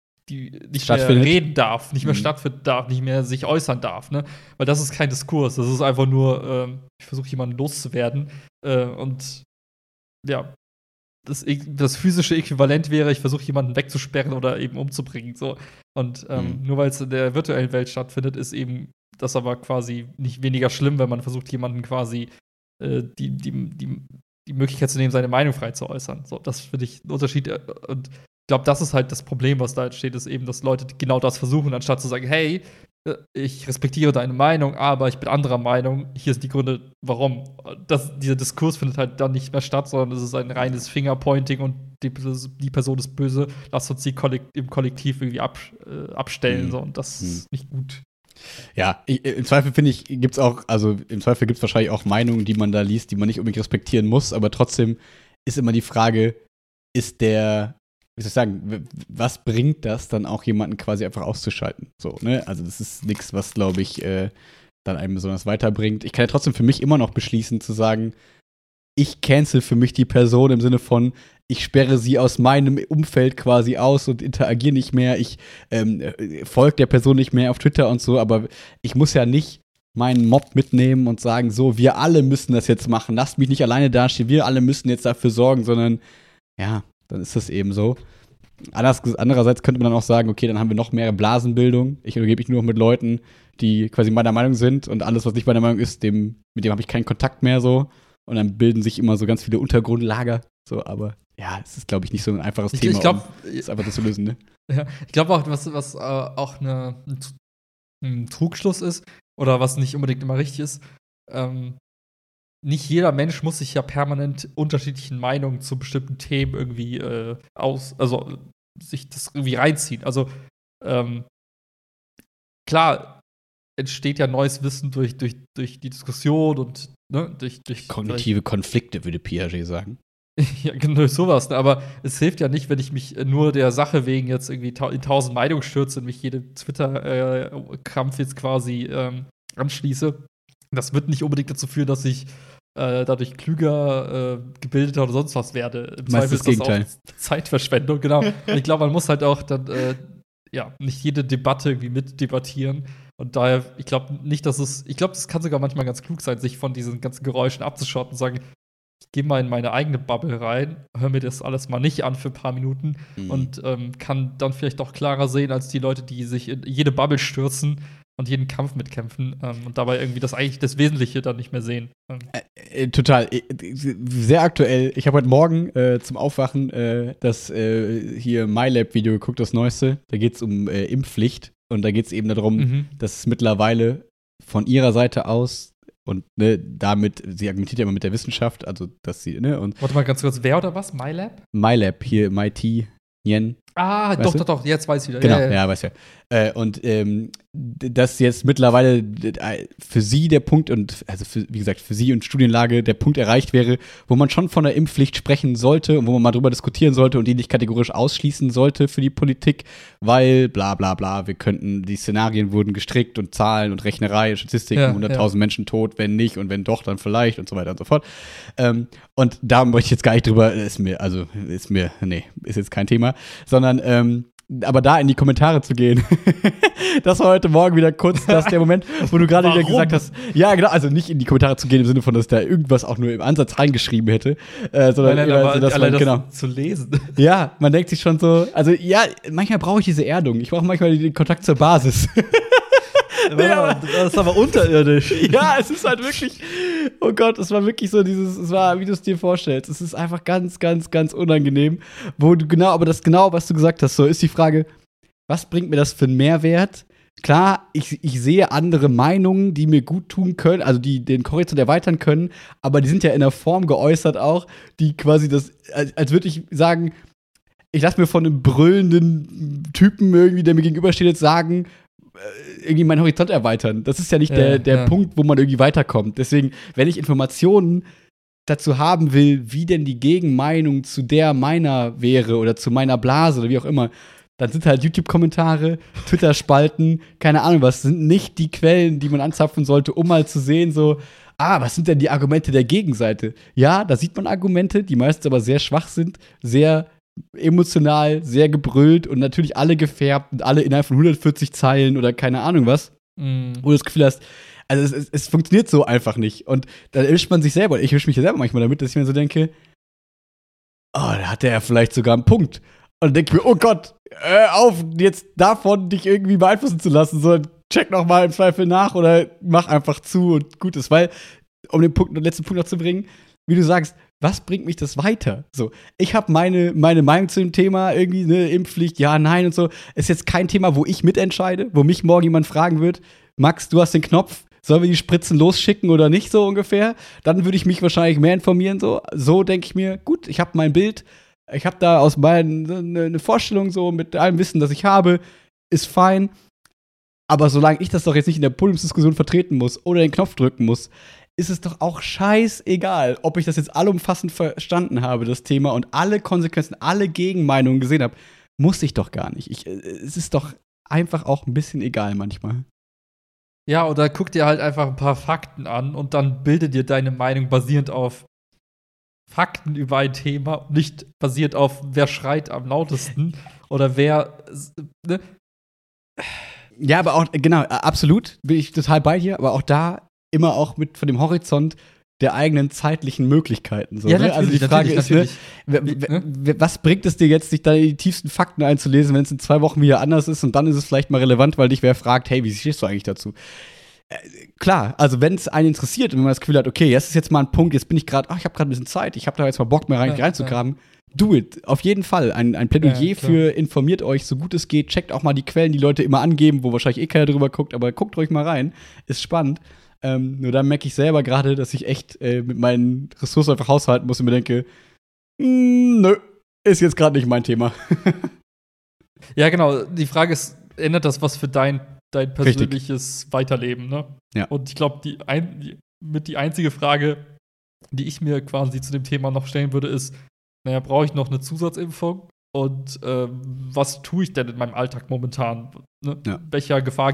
reden darf, nicht mehr stattfinden darf, nicht mehr sich äußern darf, ne? Weil das ist kein Diskurs. Das ist einfach nur, ich versuche jemanden loszuwerden. Und ja, das physische Äquivalent wäre, ich versuche jemanden wegzusperren oder eben umzubringen. So. Und nur weil es in der virtuellen Welt stattfindet, ist eben das aber quasi nicht weniger schlimm, wenn man versucht, jemanden quasi die Möglichkeit zu nehmen, seine Meinung frei zu äußern. So, das finde ich ein Unterschied. Und ich glaube, das ist halt das Problem, was da entsteht, ist eben, dass Leute genau das versuchen, anstatt zu sagen, hey, ich respektiere deine Meinung, aber ich bin anderer Meinung. Hier sind die Gründe, warum. Dieser Diskurs findet halt dann nicht mehr statt, sondern es ist ein reines Fingerpointing und die Person ist böse. Lass uns die im Kollektiv irgendwie abstellen. So, und das ist nicht gut. Ja, im Zweifel finde ich, gibt's wahrscheinlich auch Meinungen, die man da liest, die man nicht unbedingt respektieren muss, aber trotzdem ist immer die Frage, wie soll ich sagen, was bringt das dann auch jemanden quasi einfach auszuschalten? So, ne? Also das ist nichts, was, glaube ich, dann einem besonders weiterbringt. Ich kann ja trotzdem für mich immer noch beschließen, zu sagen, ich cancel für mich die Person im Sinne von, ich sperre sie aus meinem Umfeld quasi aus und interagiere nicht mehr, ich folge der Person nicht mehr auf Twitter und so, aber ich muss ja nicht meinen Mob mitnehmen und sagen, so, wir alle müssen das jetzt machen, lasst mich nicht alleine dastehen, wir alle müssen jetzt dafür sorgen, sondern, ja, dann ist das eben so. Andererseits könnte man dann auch sagen, okay, dann haben wir noch mehr Blasenbildung. Ich umgebe mich nur noch mit Leuten, die quasi meiner Meinung sind und alles, was nicht meiner Meinung ist, mit dem habe ich keinen Kontakt mehr so. Und dann bilden sich immer so ganz viele Untergrundlager. So, aber ja, es ist, glaube ich, nicht so ein einfaches Thema. Ich glaube, ist einfach das zu lösen, ne? Ja, ich glaube auch, was auch ein Trugschluss ist oder was nicht unbedingt immer richtig ist, nicht jeder Mensch muss sich ja permanent unterschiedlichen Meinungen zu bestimmten Themen irgendwie sich das irgendwie reinziehen. Also klar entsteht ja neues Wissen durch die Diskussion und ne, durch kognitive Konflikte, würde Piaget sagen. Ja, genau sowas. Ne? Aber es hilft ja nicht, wenn ich mich nur der Sache wegen jetzt irgendwie in 1000 Meinungen stürze und mich jedem Twitter-Kampf jetzt quasi anschließe. Das wird nicht unbedingt dazu führen, dass ich dadurch klüger, gebildeter oder sonst was werde. Im Zweifel ist das auch Zeitverschwendung, genau. Und ich glaube, man muss halt auch dann nicht jede Debatte irgendwie mitdebattieren. Und daher, ich glaube nicht, das kann sogar manchmal ganz klug sein, sich von diesen ganzen Geräuschen abzuschotten und sagen, ich gehe mal in meine eigene Bubble rein, höre mir das alles mal nicht an für ein paar Minuten und kann dann vielleicht auch klarer sehen als die Leute, die sich in jede Bubble stürzen und jeden Kampf mitkämpfen und dabei irgendwie das Wesentliche dann nicht mehr sehen. Total. Sehr aktuell. Ich habe heute Morgen zum Aufwachen das hier MyLab-Video geguckt, das Neueste. Da geht es um Impfpflicht. Und da geht es eben darum, dass es mittlerweile von ihrer Seite aus und damit, sie argumentiert ja immer mit der Wissenschaft, also dass sie, und warte mal ganz kurz, wer oder was? MyLab? MyLab, hier, MIT, Nien. Ah, doch, jetzt weiß ich wieder. Genau, ja, weiß ja. Und dass jetzt mittlerweile für sie der Punkt wie gesagt, für sie und Studienlage der Punkt erreicht wäre, wo man schon von der Impfpflicht sprechen sollte und wo man mal drüber diskutieren sollte und die nicht kategorisch ausschließen sollte für die Politik, weil bla bla bla, die Szenarien wurden gestrickt und Zahlen und Rechnerei, Statistiken, 100.000 Menschen tot, wenn nicht und wenn doch, dann vielleicht und so weiter und so fort. Und da möchte ich jetzt gar nicht drüber, ist jetzt kein Thema, sondern aber da in die Kommentare zu gehen, das war heute Morgen wieder kurz der Moment, wo du gerade wieder gesagt hast, ja genau, also nicht in die Kommentare zu gehen im Sinne von, dass da irgendwas auch nur im Ansatz reingeschrieben hätte, sondern dass man, genau, zu lesen. Ja, man denkt sich schon so, also ja, manchmal brauche ich diese Erdung, ich brauche manchmal den Kontakt zur Basis. Ja, das ist aber unterirdisch. Ja, es ist halt wirklich, oh Gott, es war wirklich so es war, wie du es dir vorstellst, es ist einfach ganz, ganz, ganz unangenehm, aber das genau, was du gesagt hast, so ist die Frage, was bringt mir das für einen Mehrwert? Klar, ich sehe andere Meinungen, die mir gut tun können, also die den Horizont erweitern können, aber die sind ja in der Form geäußert auch, die quasi als würde ich sagen, ich lasse mir von einem brüllenden Typen irgendwie, der mir gegenübersteht, jetzt sagen, irgendwie meinen Horizont erweitern. Das ist ja nicht der Punkt, wo man irgendwie weiterkommt. Deswegen, wenn ich Informationen dazu haben will, wie denn die Gegenmeinung zu der meiner wäre oder zu meiner Blase oder wie auch immer, dann sind halt YouTube-Kommentare, Twitter-Spalten, keine Ahnung was, sind nicht die Quellen, die man anzapfen sollte, um mal zu sehen, so, was sind denn die Argumente der Gegenseite? Ja, da sieht man Argumente, die meistens aber sehr schwach sind, sehr emotional, sehr gebrüllt und natürlich alle gefärbt und alle innerhalb von 140 Zeilen oder keine Ahnung was. Wo du das Gefühl hast, also es funktioniert so einfach nicht. Und dann erwischt man sich selber, ich erwische mich ja selber manchmal damit, dass ich mir so denke, da hatte er vielleicht sogar einen Punkt. Und dann denke ich mir, oh Gott, hör auf, jetzt davon dich irgendwie beeinflussen zu lassen, sondern check noch mal im Zweifel nach oder mach einfach zu und gut ist. Weil, um den letzten Punkt noch zu bringen, wie du sagst, was bringt mich das weiter? So, ich habe meine Meinung zu dem Thema, irgendwie, Impfpflicht, ja, nein und so. Ist jetzt kein Thema, wo ich mitentscheide, wo mich morgen jemand fragen wird, Max, du hast den Knopf, sollen wir die Spritzen losschicken oder nicht, so ungefähr? Dann würde ich mich wahrscheinlich mehr informieren, so. So denke ich mir, gut, ich habe mein Bild, ich habe da aus beiden eine Vorstellung, so, mit allem Wissen, das ich habe, ist fein. Aber solange ich das doch jetzt nicht in der Podiumsdiskussion vertreten muss oder den Knopf drücken muss, ist es doch auch scheißegal, ob ich das jetzt allumfassend verstanden habe, das Thema, und alle Konsequenzen, alle Gegenmeinungen gesehen habe. Muss ich doch gar nicht. Es ist doch einfach auch ein bisschen egal manchmal. Ja, oder guck dir halt einfach ein paar Fakten an und dann bilde dir deine Meinung basierend auf Fakten über ein Thema und nicht basiert auf, wer schreit am lautesten oder wer. Ne? Ja, aber auch, genau, absolut, bin ich total bei dir, aber auch da immer auch mit von dem Horizont der eigenen zeitlichen Möglichkeiten. So, ja, ne? Also die Frage ist, was bringt es dir jetzt, sich da die tiefsten Fakten einzulesen, wenn es in 2 Wochen wieder anders ist und dann ist es vielleicht mal relevant, weil dich wer fragt, hey, wie stehst du eigentlich dazu? Klar, also wenn es einen interessiert und wenn man das Gefühl hat, okay, jetzt ist jetzt mal ein Punkt, jetzt bin ich gerade, ich habe gerade ein bisschen Zeit, ich habe da jetzt mal Bock mehr reinzugraben, do it, auf jeden Fall. Ein Plädoyer für informiert euch, so gut es geht, checkt auch mal die Quellen, die Leute immer angeben, wo wahrscheinlich keiner drüber guckt, aber guckt ruhig mal rein, ist spannend. Nur da merke ich selber gerade, dass ich echt mit meinen Ressourcen einfach haushalten muss und mir denke, nö, ist jetzt gerade nicht mein Thema. Ja, genau. Die Frage ist, ändert das was für dein persönliches Weiterleben, ne? Ja. Und ich glaube, die einzige Frage, die ich mir quasi zu dem Thema noch stellen würde, ist, naja, brauche ich noch eine Zusatzimpfung? Und was tue ich denn in meinem Alltag momentan? Ne? Ja. Welcher Gefahr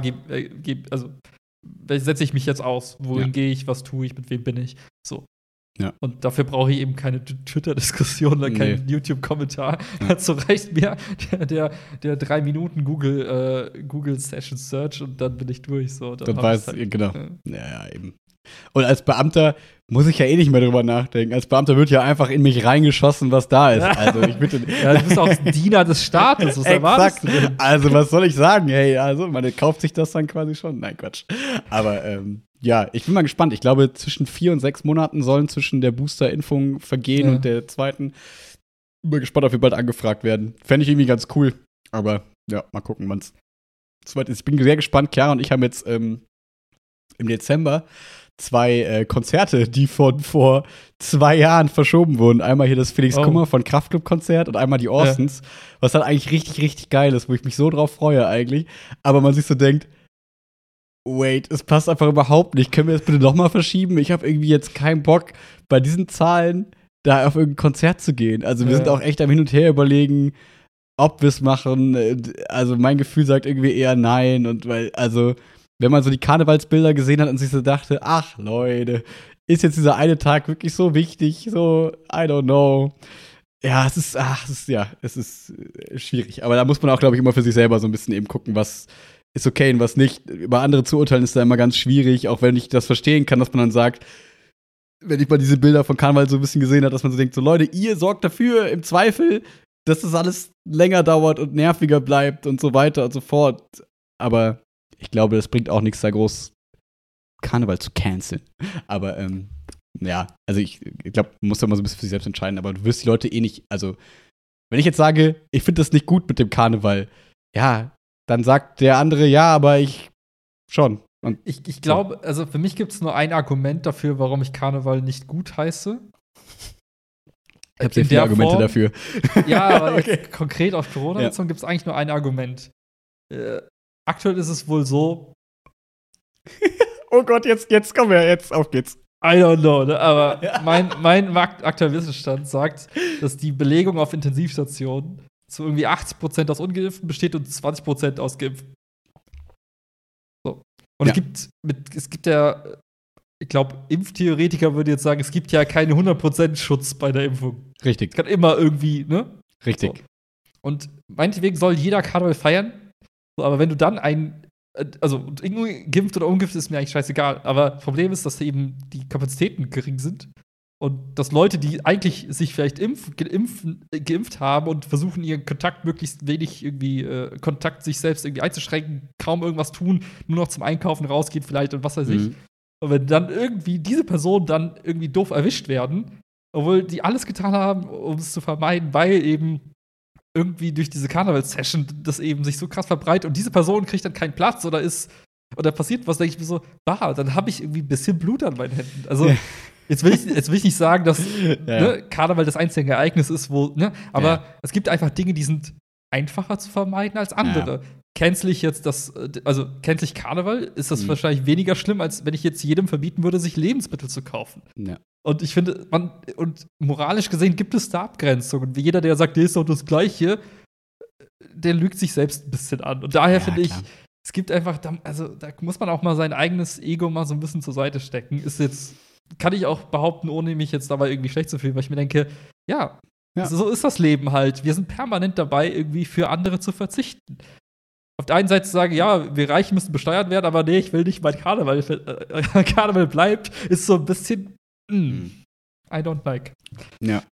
setze ich mich jetzt aus? Wohin gehe ich? Was tue ich? Mit wem bin ich? So. Ja. Und dafür brauche ich eben keine Twitter-Diskussion oder keinen YouTube-Kommentar. Dazu reicht mir der 3 Minuten Google Session Search und dann bin ich durch. So. Dann weiß ich, genau. Ja, eben. Und als Beamter muss ich ja eh nicht mehr drüber nachdenken. Als Beamter wird ja einfach in mich reingeschossen, was da ist. Also ich bitte. Ja, du bist auch Diener des Staates, was erwartest du denn? Also was soll ich sagen? Hey, also man kauft sich das dann quasi schon. Nein, Quatsch. Aber ja, ich bin mal gespannt. Ich glaube, zwischen 4 und 6 Monaten sollen zwischen der Booster-Impfung vergehen und der zweiten. Bin gespannt, ob wir bald angefragt werden. Fände ich irgendwie ganz cool. Aber ja, mal gucken, wann es soweit ist. Ich bin sehr gespannt. Chiara und ich haben jetzt im Dezember 2 Konzerte, die von vor 2 Jahren verschoben wurden. Einmal hier das Felix Kummer von Kraftklub-Konzert und einmal die Austins, was halt eigentlich richtig, richtig geil ist, wo ich mich so drauf freue eigentlich. Aber man sich so denkt, wait, es passt einfach überhaupt nicht. Können wir das bitte noch mal verschieben? Ich habe irgendwie jetzt keinen Bock, bei diesen Zahlen da auf irgendein Konzert zu gehen. Also wir sind auch echt am Hin und Her überlegen, ob wir es machen. Also mein Gefühl sagt irgendwie eher nein. Und also wenn man so die Karnevalsbilder gesehen hat und sich so dachte, ach Leute, ist jetzt dieser eine Tag wirklich so wichtig? So, I don't know. Ja, es ist schwierig. Aber da muss man auch, glaube ich, immer für sich selber so ein bisschen eben gucken, was ist okay und was nicht. Über andere zu urteilen ist da immer ganz schwierig, auch wenn ich das verstehen kann, dass man dann sagt, wenn ich mal diese Bilder von Karneval so ein bisschen gesehen habe, dass man so denkt, so Leute, ihr sorgt dafür im Zweifel, dass das alles länger dauert und nerviger bleibt und so weiter und so fort. Aber ich glaube, das bringt auch nichts, da groß Karneval zu canceln. Aber ja, also ich glaube, man muss da mal so ein bisschen für sich selbst entscheiden, aber du wirst die Leute eh nicht, also wenn ich jetzt sage, ich finde das nicht gut mit dem Karneval, ja, dann sagt der andere, ja, aber ich schon. Und ich glaube, also für mich gibt es nur ein Argument dafür, warum ich Karneval nicht gut heiße. Ich habe sehr viele Argumente dafür. Ja, aber jetzt konkret auf Corona bezogen gibt es eigentlich nur ein Argument. Aktuell ist es wohl so. Oh Gott, jetzt kommen wir, jetzt auf geht's. I don't know, ne? Aber mein aktueller Wissensstand sagt, dass die Belegung auf Intensivstationen zu irgendwie 80% aus Ungeimpften besteht und 20% aus Geimpften. So. Und es gibt ja, ich glaube, Impftheoretiker würden jetzt sagen, es gibt ja keine 100% Schutz bei der Impfung. Richtig. Es kann immer irgendwie, ne? Richtig. So. Und meinetwegen soll jeder Karneval feiern, so, aber wenn du dann also geimpft oder ungeimpft ist mir eigentlich scheißegal, aber das Problem ist, dass eben die Kapazitäten gering sind und dass Leute, die eigentlich sich vielleicht geimpft haben und versuchen, ihren Kontakt möglichst wenig irgendwie Kontakt sich selbst irgendwie einzuschränken, kaum irgendwas tun, nur noch zum Einkaufen rausgehen vielleicht und was weiß ich. Und wenn dann irgendwie diese Personen dann irgendwie doof erwischt werden, obwohl die alles getan haben, um es zu vermeiden, weil eben irgendwie durch diese Karnevalssession das eben sich so krass verbreitet und diese Person kriegt dann keinen Platz oder passiert was, denke ich mir so, dann habe ich irgendwie ein bisschen Blut an meinen Händen. Also jetzt will ich nicht sagen, dass ne, Karneval das einzige Ereignis ist, wo, ne, aber es gibt einfach Dinge, die sind einfacher zu vermeiden als andere. Cancel ich Karneval, ist das wahrscheinlich weniger schlimm, als wenn ich jetzt jedem verbieten würde, sich Lebensmittel zu kaufen. Ja. Und ich finde, und moralisch gesehen gibt es da Abgrenzungen. Wie jeder, der sagt, der ist doch das Gleiche, der lügt sich selbst ein bisschen an. Und daher finde ich, es gibt einfach, also da muss man auch mal sein eigenes Ego mal so ein bisschen zur Seite stecken. Kann ich auch behaupten, ohne mich jetzt dabei irgendwie schlecht zu fühlen, weil ich mir denke, so ist das Leben halt. Wir sind permanent dabei, irgendwie für andere zu verzichten. Auf der einen Seite zu sagen, ja, wir Reichen müssen besteuert werden, aber nee, ich will nicht, mein Karneval bleibt, ist so ein bisschen I don't like. Ja,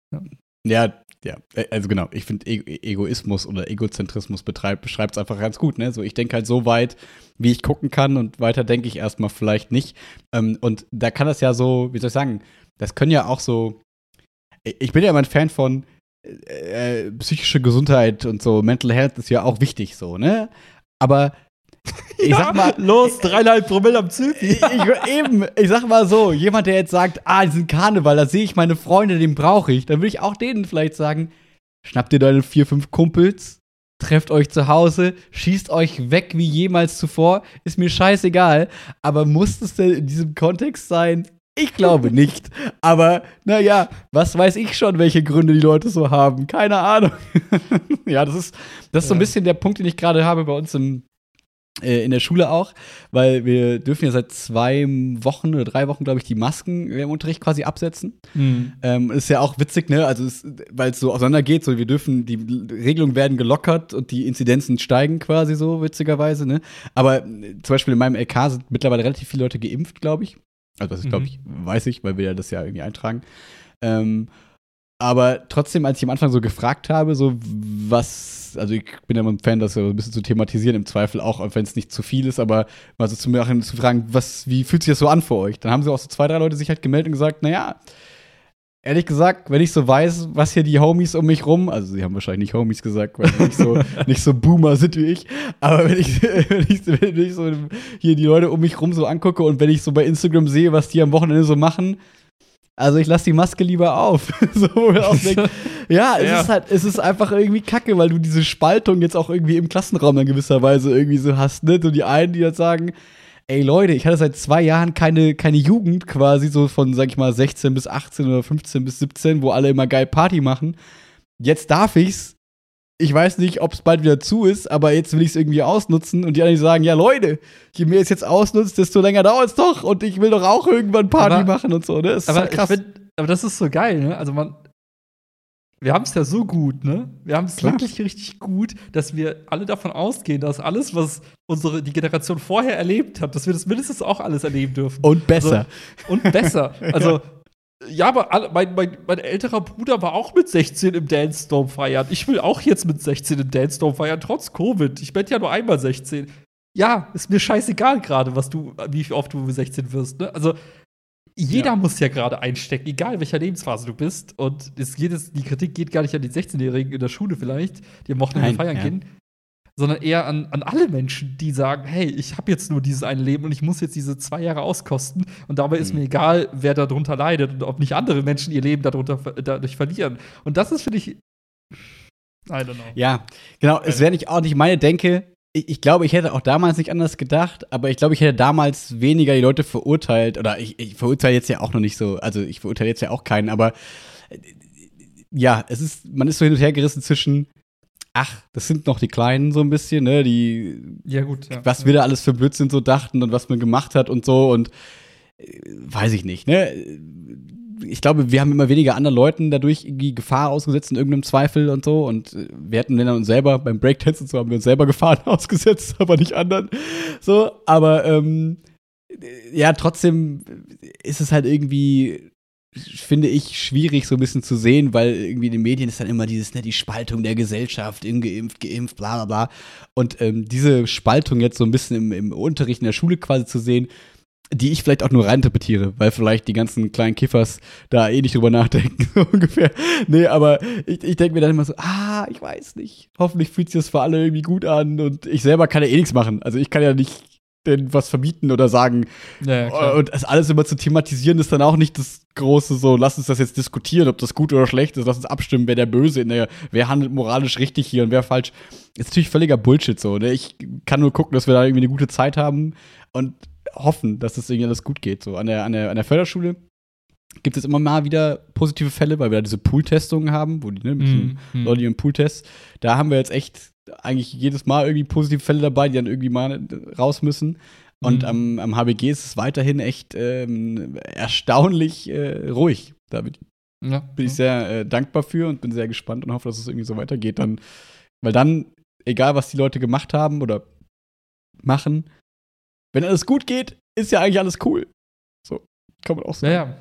also genau, ich finde Egoismus oder Egozentrismus beschreibt es einfach ganz gut, ne? So, ich denke halt so weit, wie ich gucken kann und weiter denke ich erstmal vielleicht nicht. Und da kann das ja so, wie soll ich sagen, das können ja auch so, ich bin ja immer ein Fan von psychische Gesundheit und so, Mental Health ist ja auch wichtig so, ne? Aber ich sag mal, 3,5 Promille am Zypi. Ich sag mal so, jemand, der jetzt sagt, diesen Karneval, da sehe ich meine Freunde, den brauche ich, dann würde ich auch denen vielleicht sagen, schnappt ihr deine 4, 5 Kumpels, trefft euch zu Hause, schießt euch weg wie jemals zuvor, ist mir scheißegal, aber muss es denn in diesem Kontext sein? Ich glaube nicht. Aber, naja, was weiß ich schon, welche Gründe die Leute so haben? Keine Ahnung. Ja, das ist so ein bisschen der Punkt, den ich gerade habe bei uns in der Schule auch, weil wir dürfen ja seit 2 Wochen oder 3 Wochen, glaube ich, die Masken im Unterricht quasi absetzen. Ist ja auch witzig, ne? Also, weil es so auseinandergeht, so die Regelungen werden gelockert und die Inzidenzen steigen quasi so, witzigerweise, ne? Aber zum Beispiel in meinem LK sind mittlerweile relativ viele Leute geimpft, glaube ich. Also das glaube ich, weiß ich, weil wir ja das ja irgendwie eintragen. Aber trotzdem, als ich am Anfang so gefragt habe, so was, also ich bin ja immer ein Fan, das so ein bisschen zu thematisieren, im Zweifel auch wenn es nicht zu viel ist, aber mal so zu fragen, wie fühlt sich das so an für euch? Dann haben so auch so 2, 3 Leute sich halt gemeldet und gesagt, naja, ehrlich gesagt, wenn ich so weiß, was hier die Homies um mich rum, also sie haben wahrscheinlich nicht Homies gesagt, weil sie nicht so Boomer sind wie ich, aber wenn ich so hier die Leute um mich rum so angucke und wenn ich so bei Instagram sehe, was die am Wochenende so machen, also ich lasse die Maske lieber auf. So, wo wir auch denken, ja, es ist einfach irgendwie kacke, weil du diese Spaltung jetzt auch irgendwie im Klassenraum in gewisser Weise irgendwie so hast, ne? So die einen, die jetzt sagen, ey Leute, ich hatte seit 2 Jahren keine Jugend quasi, so von, sag ich mal, 16 bis 18 oder 15 bis 17, wo alle immer geil Party machen. Jetzt darf ich's. Ich weiß nicht, ob es bald wieder zu ist, aber jetzt will ich es irgendwie ausnutzen und die anderen sagen, ja Leute, je mehr es jetzt ausnutzt, desto länger dauert es doch und ich will doch auch irgendwann Party machen und so, ne? Das ist aber halt krass. aber das ist so geil, ne? Also wir haben es ja so gut, ne? Wir haben es wirklich richtig gut, dass wir alle davon ausgehen, dass alles, was die Generation vorher erlebt hat, dass wir das mindestens auch alles erleben dürfen. Und besser. Also, und besser. Also ja, aber mein älterer Bruder war auch mit 16 im Dance Dome feiern. Ich will auch jetzt mit 16 im Dance Dome feiern, trotz Covid. Ich bin ja nur einmal 16. Ja, ist mir scheißegal gerade, wie oft du 16 wirst. Ne? Also jeder muss ja gerade einstecken, egal in welcher Lebensphase du bist. Und die Kritik geht gar nicht an die 16-Jährigen in der Schule vielleicht, die am Wochenende feiern gehen, sondern eher an alle Menschen, die sagen, hey, ich habe jetzt nur dieses eine Leben und ich muss jetzt diese 2 Jahre auskosten und dabei ist mir egal, wer darunter leidet und ob nicht andere Menschen ihr Leben dadurch verlieren. Und das ist, finde ich, I don't know. Ja, genau, es wäre auch nicht meine Denke. Ich glaube, ich hätte auch damals nicht anders gedacht, aber ich glaube, ich hätte damals weniger die Leute verurteilt, oder ich verurteile jetzt ja auch noch nicht so, also ich verurteile jetzt ja auch keinen, aber ja, man ist so hin und her gerissen zwischen ach, das sind noch die Kleinen so ein bisschen, ne, was wir da alles für Blödsinn so dachten und was man gemacht hat und so und weiß ich nicht, ne. Ich glaube, wir haben immer weniger anderen Leuten dadurch irgendwie Gefahr ausgesetzt in irgendeinem Zweifel und so und wir hätten dann uns selber beim Breakdance und so haben wir uns selber Gefahren ausgesetzt, aber nicht anderen. So, aber ja, trotzdem ist es halt irgendwie, finde ich, schwierig so ein bisschen zu sehen, weil irgendwie in den Medien ist dann immer dieses, ne, die Spaltung der Gesellschaft, geimpft, bla bla bla. Und diese Spaltung jetzt so ein bisschen im Unterricht in der Schule quasi zu sehen, die ich vielleicht auch nur reininterpretiere, weil vielleicht die ganzen kleinen Kiffers da eh nicht drüber nachdenken, so ungefähr. Nee, aber ich denke mir dann immer so, ich weiß nicht. Hoffentlich fühlt sich das für alle irgendwie gut an und ich selber kann ja eh nichts machen. Also ich kann ja nicht denen was verbieten oder sagen. Ja, und das alles immer zu thematisieren ist dann auch nicht das große so, lass uns das jetzt diskutieren, ob das gut oder schlecht ist, lass uns abstimmen, wer der Böse wer handelt moralisch richtig hier und wer falsch. Ist natürlich völliger Bullshit so, ne? Ich kann nur gucken, dass wir da irgendwie eine gute Zeit haben und hoffen, dass das irgendwie alles gut geht. So an der Förderschule gibt es immer mal wieder positive Fälle, weil wir da diese Pool-Testungen haben, wo die, ne, mit diesen Leuten im Pool-Test, da haben wir jetzt echt eigentlich jedes Mal irgendwie positive Fälle dabei, die dann irgendwie mal raus müssen. Und am HBG ist es weiterhin echt erstaunlich ruhig. Da bin ich sehr dankbar für und bin sehr gespannt und hoffe, dass es irgendwie so weitergeht. Weil dann, egal was die Leute gemacht haben oder machen, wenn alles gut geht, ist ja eigentlich alles cool. So, kann man auch sagen.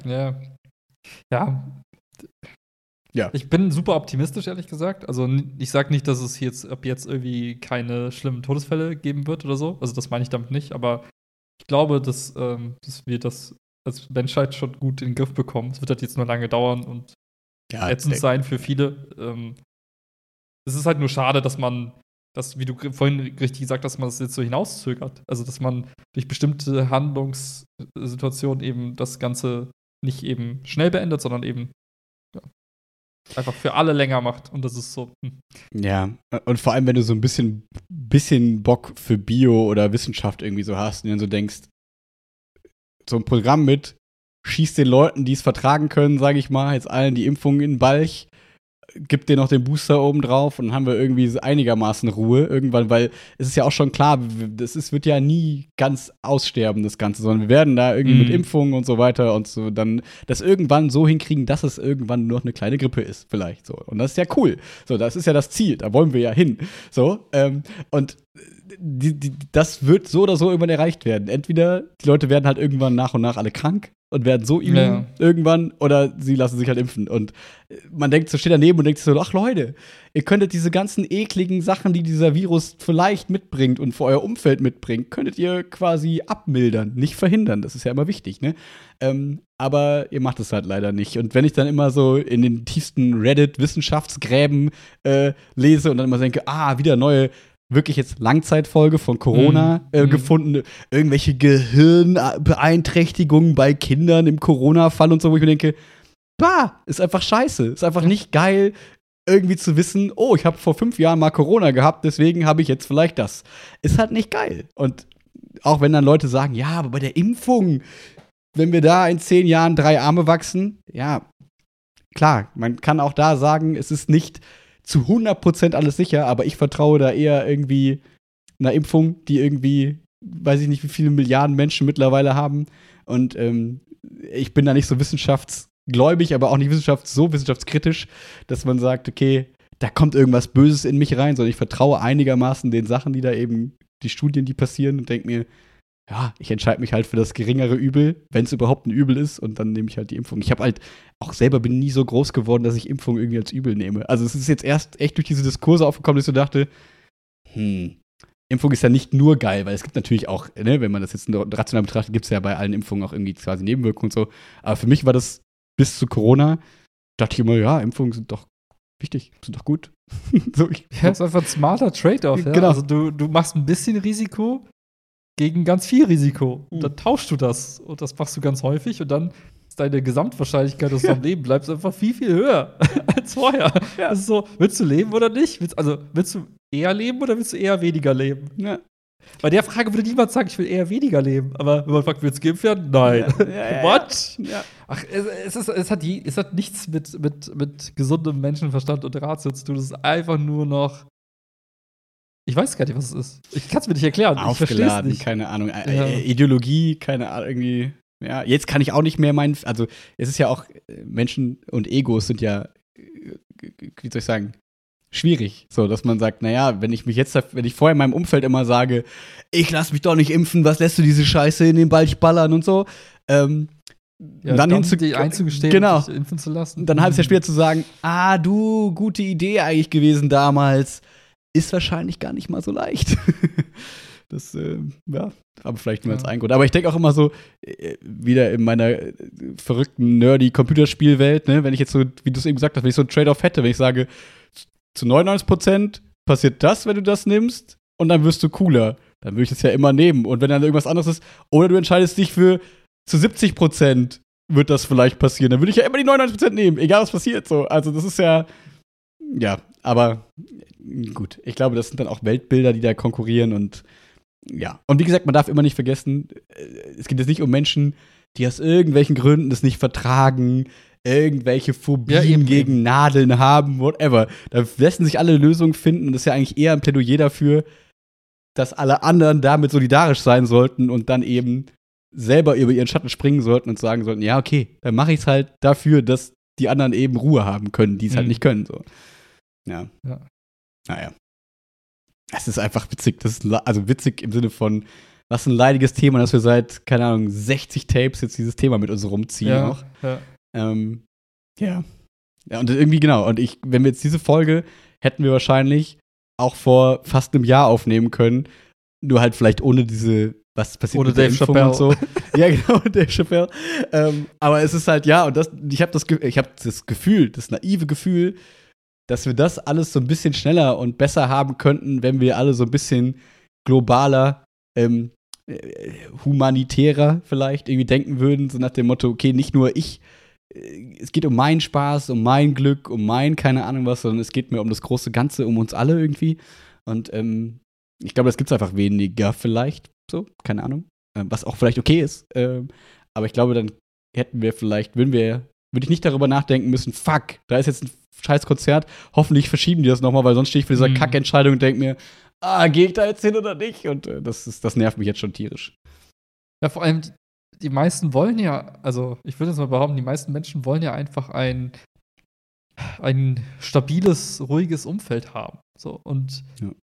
Ja. Ich bin super optimistisch, ehrlich gesagt. Also, ich sag nicht, dass es jetzt ab jetzt irgendwie keine schlimmen Todesfälle geben wird oder so. Also, das meine ich damit nicht. Aber ich glaube, dass wir das als Menschheit schon gut in den Griff bekommen. Es wird halt jetzt nur lange dauern und ätzend sein für viele. Es ist halt nur schade, dass man wie du vorhin richtig gesagt hast, dass man das jetzt so hinauszögert. Also, dass man durch bestimmte Handlungssituationen eben das Ganze nicht eben schnell beendet, sondern eben einfach für alle länger macht. Und das ist so. Ja, und vor allem, wenn du so ein bisschen Bock für Bio oder Wissenschaft irgendwie so hast und dann so denkst, so ein Programm schießt den Leuten, die es vertragen können, sage ich mal, jetzt allen die Impfung in den Balch, gibt dir noch den Booster oben drauf und dann haben wir irgendwie einigermaßen Ruhe irgendwann, weil es ist ja auch schon klar, wird ja nie ganz aussterben, das Ganze, sondern wir werden da irgendwie mit Impfungen und so weiter und so dann das irgendwann so hinkriegen, dass es irgendwann nur noch eine kleine Grippe ist, vielleicht so. Und das ist ja cool. So, das ist ja das Ziel, da wollen wir ja hin. So, und das wird so oder so irgendwann erreicht werden. Entweder die Leute werden halt irgendwann nach und nach alle krank und werden so immun irgendwann, oder sie lassen sich halt impfen. Und man denkt so, steht daneben und denkt so, ach Leute, ihr könntet diese ganzen ekligen Sachen, die dieser Virus vielleicht mitbringt und für euer Umfeld mitbringt, könntet ihr quasi abmildern, nicht verhindern. Das ist ja immer wichtig, ne? Aber ihr macht es halt leider nicht. Und wenn ich dann immer so in den tiefsten Reddit-Wissenschaftsgräben lese und dann immer denke, wieder neue wirklich jetzt Langzeitfolge von Corona gefunden, irgendwelche Gehirnbeeinträchtigungen bei Kindern im Corona-Fall und so, wo ich mir denke, ist einfach scheiße, ist einfach nicht geil, irgendwie zu wissen, oh, ich habe vor 5 Jahren mal Corona gehabt, deswegen habe ich jetzt vielleicht das. Ist halt nicht geil. Und auch wenn dann Leute sagen, ja, aber bei der Impfung, wenn wir da in 10 Jahren 3 Arme wachsen, ja, klar, man kann auch da sagen, es ist nicht zu 100% alles sicher, aber ich vertraue da eher irgendwie einer Impfung, die irgendwie, weiß ich nicht, wie viele Milliarden Menschen mittlerweile haben. Und ich bin da nicht so wissenschaftsgläubig, aber auch nicht so wissenschaftskritisch, dass man sagt, okay, da kommt irgendwas Böses in mich rein, sondern ich vertraue einigermaßen den Sachen, die da eben, die Studien, die passieren, und denke mir, ja, ich entscheide mich halt für das geringere Übel, wenn es überhaupt ein Übel ist, und dann nehme ich halt die Impfung. Ich habe halt auch selber bin nie so groß geworden, dass ich Impfung irgendwie als Übel nehme. Also es ist jetzt erst echt durch diese Diskurse aufgekommen, dass ich so dachte, Impfung ist ja nicht nur geil, weil es gibt natürlich auch, ne, wenn man das jetzt rational betrachtet, gibt es ja bei allen Impfungen auch irgendwie quasi Nebenwirkungen und so. Aber für mich war das bis zu Corona, dachte ich immer, ja, Impfungen sind doch wichtig, sind doch gut. Ist einfach ein smarter Trade-off. Ja? Genau. Also du machst ein bisschen Risiko gegen ganz viel Risiko. Und dann tauschst du das. Und das machst du ganz häufig. Und dann ist deine Gesamtwahrscheinlichkeit, dass du am Leben bleibst, einfach viel, viel höher als vorher. Ja. Also so, willst du leben oder nicht? Willst du eher leben oder willst du eher weniger leben? Ja. Bei der Frage würde niemand sagen, ich will eher weniger leben. Aber wenn man fragt, willst du geimpft werden? Nein. What? Ja. Ach, es hat nichts mit gesundem Menschenverstand und Ratio zu tun. Es ist einfach nur noch. Ich weiß gar nicht, was es ist. Ich kann es mir nicht erklären. Aufgeladen, ich nicht. Keine Ahnung. Ideologie, keine Ahnung, irgendwie. Ja, jetzt kann ich auch nicht mehr also es ist ja auch, Menschen und Egos sind ja, wie soll ich sagen, schwierig. So, dass man sagt, naja, wenn ich vorher in meinem Umfeld immer sage, ich lass mich doch nicht impfen, was lässt du diese Scheiße in den Balch ballern und so, dann die einzugestehen, genau, sich impfen zu lassen. Dann ein halbes Jahr später zu sagen, du, gute Idee eigentlich gewesen damals, ist wahrscheinlich gar nicht mal so leicht. Das, aber vielleicht nur als ein Grund. Aber ich denke auch immer so, wieder in meiner verrückten, nerdy Computerspielwelt, ne, wenn ich jetzt so, wie du es eben gesagt hast, wenn ich so ein Trade-off hätte, wenn ich sage, zu 99% passiert das, wenn du das nimmst, und dann wirst du cooler, dann würde ich das ja immer nehmen. Und wenn dann irgendwas anderes ist, oder du entscheidest dich für zu 70% wird das vielleicht passieren, dann würde ich ja immer die 99% nehmen, egal was passiert. So. Also das ist ja, aber gut. Ich glaube, das sind dann auch Weltbilder, die da konkurrieren, und ja. Und wie gesagt, man darf immer nicht vergessen, es geht jetzt nicht um Menschen, die aus irgendwelchen Gründen das nicht vertragen, irgendwelche Phobien gegen Nadeln haben, whatever. Da lassen sich alle Lösungen finden, und das ist ja eigentlich eher ein Plädoyer dafür, dass alle anderen damit solidarisch sein sollten und dann eben selber über ihren Schatten springen sollten und sagen sollten, ja, okay, dann mache ich es halt dafür, dass die anderen eben Ruhe haben können, die es halt nicht können. So. Ja. Naja. Es ist einfach witzig. Das ist also witzig im Sinne von, was ein leidiges Thema, dass wir seit, keine Ahnung, 60 Tapes jetzt dieses Thema mit uns rumziehen auch. Ja, und irgendwie genau. Und wenn wir jetzt diese Folge hätten wir wahrscheinlich auch vor fast einem Jahr aufnehmen können, nur halt vielleicht ohne diese, was passiert ohne mit der Dave Impfung Chappelle und so. Ja, genau, Dave Chappelle. Aber es ist halt, und ich habe das Gefühl, das naive Gefühl, dass wir das alles so ein bisschen schneller und besser haben könnten, wenn wir alle so ein bisschen globaler, humanitärer vielleicht irgendwie denken würden, so nach dem Motto, okay, nicht nur es geht um meinen Spaß, um mein Glück, um mein keine Ahnung was, sondern es geht mir um das große Ganze, um uns alle irgendwie. Und ich glaube, das gibt's einfach weniger vielleicht, so, keine Ahnung, was auch vielleicht okay ist. Aber ich glaube, dann würde ich nicht darüber nachdenken müssen, fuck, da ist jetzt ein scheiß Konzert, hoffentlich verschieben die das nochmal, weil sonst stehe ich für diese Kackentscheidung und denke mir, gehe ich da jetzt hin oder nicht? Und das nervt mich jetzt schon tierisch. Ja, vor allem, die meisten wollen ja, also ich würde jetzt mal behaupten, die meisten Menschen wollen ja einfach ein stabiles, ruhiges Umfeld haben. So, und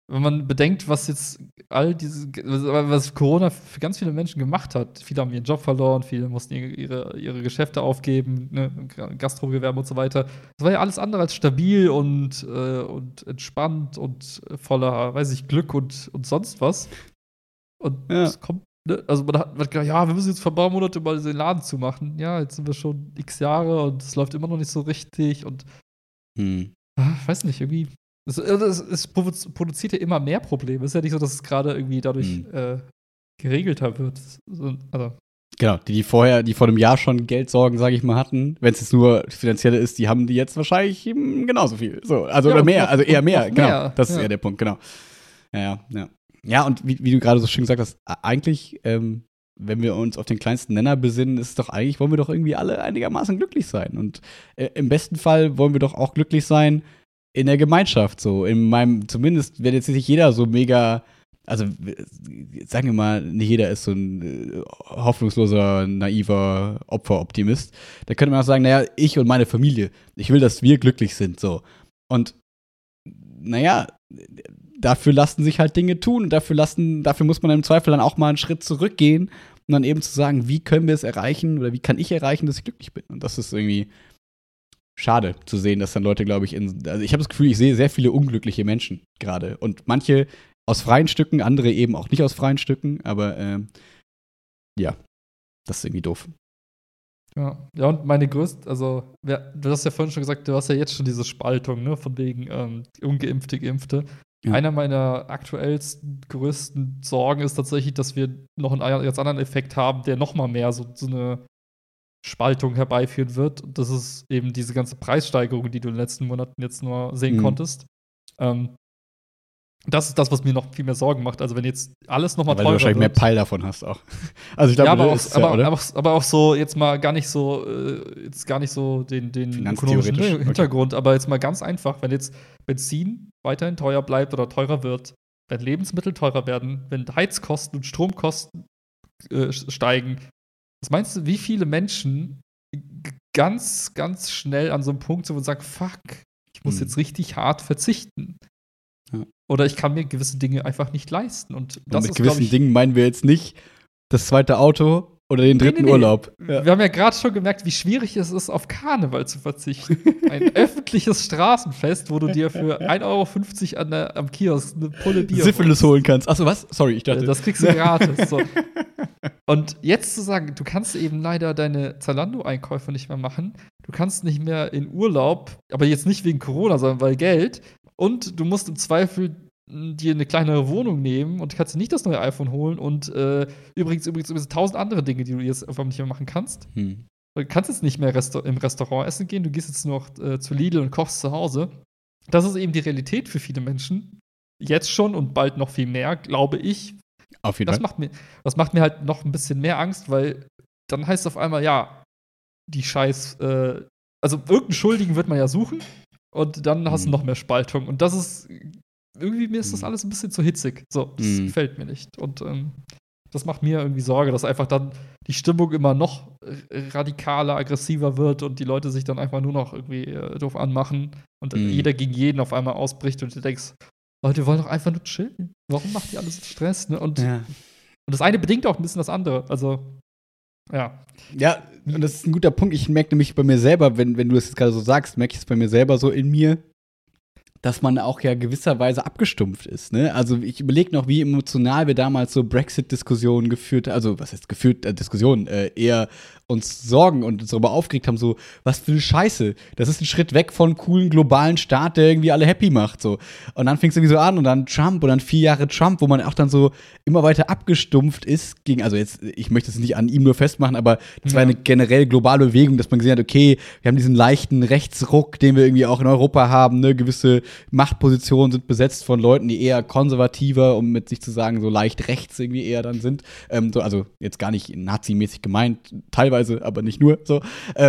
wenn man bedenkt, was jetzt was Corona für ganz viele Menschen gemacht hat. Viele haben ihren Job verloren, viele mussten ihre Geschäfte aufgeben, ne, Gastrogewerbe und so weiter. Das war ja alles andere als stabil und entspannt und voller, weiß ich, Glück und sonst was. Und es kommt, ne, also man hat gedacht, ja, wir müssen jetzt für ein paar Monate mal den Laden zumachen. Ja, jetzt sind wir schon x Jahre und es läuft immer noch nicht so richtig und ich weiß nicht, irgendwie. Es produziert ja immer mehr Probleme. Es ist ja nicht so, dass es gerade irgendwie dadurch geregelter wird. Also. Genau, die vor einem Jahr schon Geldsorgen, sage ich mal, hatten. Wenn es jetzt nur finanzielle ist, die haben die jetzt wahrscheinlich genauso viel. So, also oder mehr, also eher mehr. Genau, mehr. Das ist eher der Punkt, genau. Ja. Ja, und wie du gerade so schön gesagt hast, eigentlich, wenn wir uns auf den kleinsten Nenner besinnen, ist es doch eigentlich, wollen wir doch irgendwie alle einigermaßen glücklich sein. Und im besten Fall wollen wir doch auch glücklich sein in der Gemeinschaft. So, zumindest wird jetzt nicht jeder so mega, also sagen wir mal, nicht jeder ist so ein hoffnungsloser, naiver Opferoptimist. Da könnte man auch sagen, naja, ich und meine Familie, ich will, dass wir glücklich sind. So. Und naja, dafür lassen sich halt Dinge tun und dafür muss man im Zweifel dann auch mal einen Schritt zurückgehen und dann eben zu sagen, wie können wir es erreichen oder wie kann ich erreichen, dass ich glücklich bin. Und das ist irgendwie schade zu sehen, dass dann Leute, glaube ich, also ich habe das Gefühl, ich sehe sehr viele unglückliche Menschen gerade und manche aus freien Stücken, andere eben auch nicht aus freien Stücken, aber ja, das ist irgendwie doof. Ja, und meine größte, also, du hast ja vorhin schon gesagt, du hast ja jetzt schon diese Spaltung, ne, von wegen Ungeimpfte, Geimpfte. Ja. Einer meiner aktuellsten, größten Sorgen ist tatsächlich, dass wir noch einen ganz anderen Effekt haben, der noch mal mehr so eine Spaltung herbeiführen wird. Und das ist eben diese ganze Preissteigerung, die du in den letzten Monaten jetzt nur sehen konntest. Das ist das, was mir noch viel mehr Sorgen macht. Also wenn jetzt alles noch mal teurer wird. Weil du wahrscheinlich mehr Peil davon hast auch. Also ich glaube, ja, aber auch so jetzt mal gar nicht so den ökonomischen Hintergrund, aber jetzt mal ganz einfach, wenn jetzt Benzin weiterhin teuer bleibt oder teurer wird, wenn Lebensmittel teurer werden, wenn Heizkosten und Stromkosten steigen, was meinst du, wie viele Menschen ganz, ganz schnell an so einem Punkt sind und sagen, fuck, ich muss jetzt richtig hart verzichten. Ja. Oder ich kann mir gewisse Dinge einfach nicht leisten. Und mit gewissen Dingen meinen wir jetzt nicht das zweite Auto oder den dritten Urlaub. Ja. Wir haben ja gerade schon gemerkt, wie schwierig es ist, auf Karneval zu verzichten. Ein öffentliches Straßenfest, wo du dir für 1,50 € am Kiosk eine Pulle Bier Syphilis holen kannst. Achso, was? Sorry, ich dachte. Das kriegst du gratis. So. Und jetzt zu sagen, du kannst eben leider deine Zalando-Einkäufe nicht mehr machen. Du kannst nicht mehr in Urlaub, aber jetzt nicht wegen Corona, sondern weil Geld. Und du musst im Zweifel dir eine kleinere Wohnung nehmen und kannst dir nicht das neue iPhone holen und übrigens 1000 andere Dinge, die du jetzt einfach nicht mehr machen kannst. Du kannst jetzt nicht mehr im Restaurant essen gehen, du gehst jetzt nur noch zu Lidl und kochst zu Hause. Das ist eben die Realität für viele Menschen. Jetzt schon und bald noch viel mehr, glaube ich. Auf jeden Fall. Das macht mir halt noch ein bisschen mehr Angst, weil dann heißt es auf einmal, ja, die Scheiß, also irgendeinen Schuldigen wird man ja suchen und dann hast du noch mehr Spaltung. Und das ist irgendwie, mir ist das alles ein bisschen zu hitzig. So, das gefällt mir nicht. Und das macht mir irgendwie Sorge, dass einfach dann die Stimmung immer noch radikaler, aggressiver wird und die Leute sich dann einfach nur noch irgendwie doof anmachen und jeder gegen jeden auf einmal ausbricht und du denkst, Leute wollen doch einfach nur chillen. Warum macht ihr alles Stress? Ne? Und das eine bedingt auch ein bisschen das andere. Also, ja. Ja, und das ist ein guter Punkt. Ich merke nämlich bei mir selber, wenn du das jetzt gerade so sagst, merke ich es bei mir selber so in mir, dass man auch ja gewisserweise abgestumpft ist. Ne? Also ich überlege noch, wie emotional wir damals so Brexit-Diskussionen geführt haben. Also was heißt geführt? Diskussionen, eher uns Sorgen und uns darüber aufgeregt haben, so, was für eine Scheiße. Das ist ein Schritt weg von coolen globalen Staat, der irgendwie alle happy macht. So. Und dann fing es irgendwie so an und dann Trump und dann 4 Jahre Trump, wo man auch dann so immer weiter abgestumpft ist gegen, also jetzt, ich möchte es nicht an ihm nur festmachen, aber das war eine generell globale Bewegung, dass man gesehen hat, okay, wir haben diesen leichten Rechtsruck, den wir irgendwie auch in Europa haben, ne, gewisse Machtpositionen sind besetzt von Leuten, die eher konservativer, um mit sich zu sagen, so leicht rechts irgendwie eher dann sind. Also jetzt gar nicht nazimäßig gemeint, teilweise, aber nicht nur so.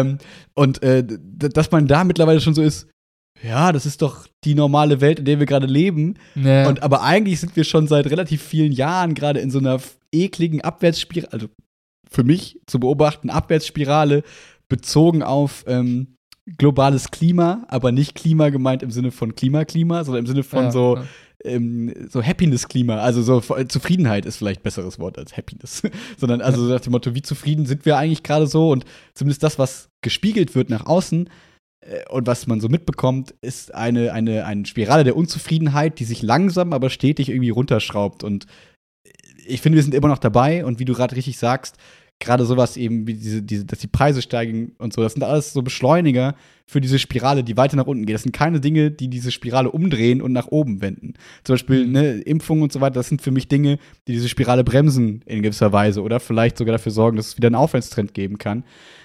Dass man da mittlerweile schon so ist, ja, das ist doch die normale Welt, in der wir gerade leben. Nee. Aber eigentlich sind wir schon seit relativ vielen Jahren gerade in so einer ekligen Abwärtsspirale, also für mich zu beobachten, Abwärtsspirale bezogen auf globales Klima, aber nicht Klima gemeint im Sinne von Klima, sondern im Sinne von so Happiness-Klima, also so Zufriedenheit ist vielleicht ein besseres Wort als Happiness, sondern also so nach dem Motto, wie zufrieden sind wir eigentlich gerade so, und zumindest das, was gespiegelt wird nach außen und was man so mitbekommt, ist eine Spirale der Unzufriedenheit, die sich langsam, aber stetig irgendwie runterschraubt, und ich finde, wir sind immer noch dabei, und wie du gerade richtig sagst, gerade sowas eben wie dass die Preise steigen und so, das sind alles so Beschleuniger für diese Spirale, die weiter nach unten geht. Das sind keine Dinge, die diese Spirale umdrehen und nach oben wenden. Zum Beispiel Impfungen und so weiter, das sind für mich Dinge, die diese Spirale bremsen in gewisser Weise oder vielleicht sogar dafür sorgen, dass es wieder einen Aufwärtstrend geben kann.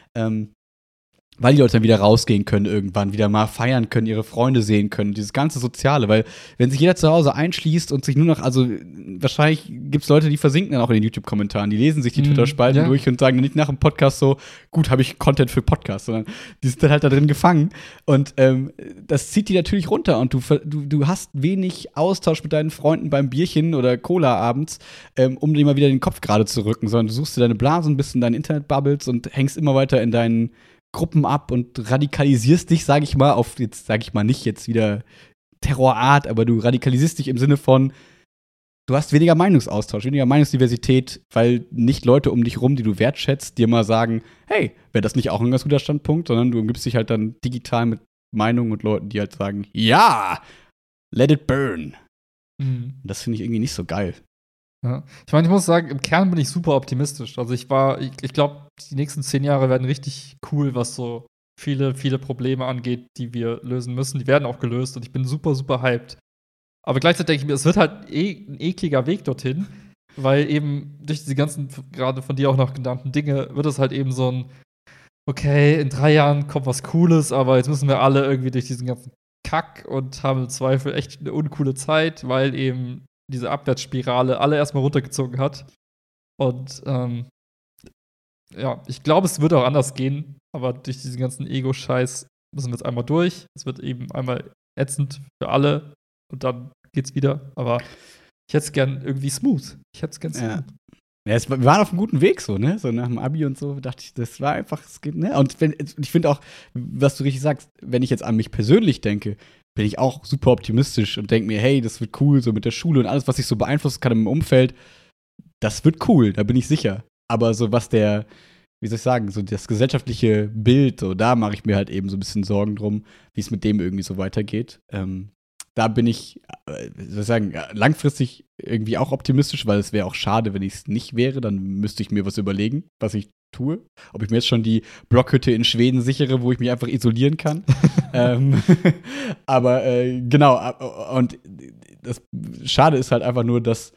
Weil die Leute dann wieder rausgehen können irgendwann, wieder mal feiern können, ihre Freunde sehen können, dieses ganze Soziale, weil wenn sich jeder zu Hause einschließt und sich nur noch, also wahrscheinlich gibt es Leute, die versinken dann auch in den YouTube-Kommentaren, die lesen sich die Twitter-Spalten durch und sagen dann nicht nach dem Podcast so, gut, habe ich Content für Podcast, sondern die sind dann halt da drin gefangen, und das zieht die natürlich runter, und du hast wenig Austausch mit deinen Freunden beim Bierchen oder Cola abends, um dir mal wieder den Kopf gerade zu rücken, sondern du suchst dir deine Blasen, bist in deinen Internet-Bubbles und hängst immer weiter in deinen Gruppen ab und radikalisierst dich, sage ich mal, auf jetzt, sage ich mal, nicht jetzt wieder Terrorart, aber du radikalisierst dich im Sinne von, du hast weniger Meinungsaustausch, weniger Meinungsdiversität, weil nicht Leute um dich rum, die du wertschätzt, dir mal sagen, hey, wäre das nicht auch ein ganz guter Standpunkt, sondern du umgibst dich halt dann digital mit Meinungen und Leuten, die halt sagen, ja, let it burn. Das finde ich irgendwie nicht so geil. Ja. Ich meine, ich muss sagen, im Kern bin ich super optimistisch. Also ich glaube, die nächsten 10 Jahre werden richtig cool, was so viele, viele Probleme angeht, die wir lösen müssen. Die werden auch gelöst, und ich bin super, super hyped. Aber gleichzeitig denke ich mir, es wird halt ein ekliger Weg dorthin, weil eben durch diese ganzen, gerade von dir auch noch genannten Dinge, wird es halt eben so ein, okay, in 3 Jahren kommt was Cooles, aber jetzt müssen wir alle irgendwie durch diesen ganzen Kack und haben im Zweifel echt eine uncoole Zeit, weil eben diese Abwärtsspirale alle erstmal runtergezogen hat. Und ja, ich glaube, es wird auch anders gehen, aber durch diesen ganzen Ego-Scheiß müssen wir jetzt einmal durch. Es wird eben einmal ätzend für alle, und dann geht's wieder. Aber ich hätte es gern irgendwie smooth. Ich hätte es gern smooth. Ja, wir waren auf einem guten Weg, so, ne? So nach dem Abi und so dachte ich, das war einfach, es geht, ne? Und ich finde auch, was du richtig sagst, wenn ich jetzt an mich persönlich denke, bin ich auch super optimistisch und denke mir, hey, das wird cool, so mit der Schule und alles, was ich so beeinflussen kann im Umfeld, das wird cool, da bin ich sicher. Aber so was wie soll ich sagen, so das gesellschaftliche Bild, so da mache ich mir halt eben so ein bisschen Sorgen drum, wie es mit dem irgendwie so weitergeht. Da bin ich, wie soll ich sagen, langfristig irgendwie auch optimistisch, weil es wäre auch schade, wenn ich es nicht wäre, dann müsste ich mir was überlegen, was ich tue. Ob ich mir jetzt schon die Blockhütte in Schweden sichere, wo ich mich einfach isolieren kann. Aber genau, und das Schade ist halt einfach nur, dass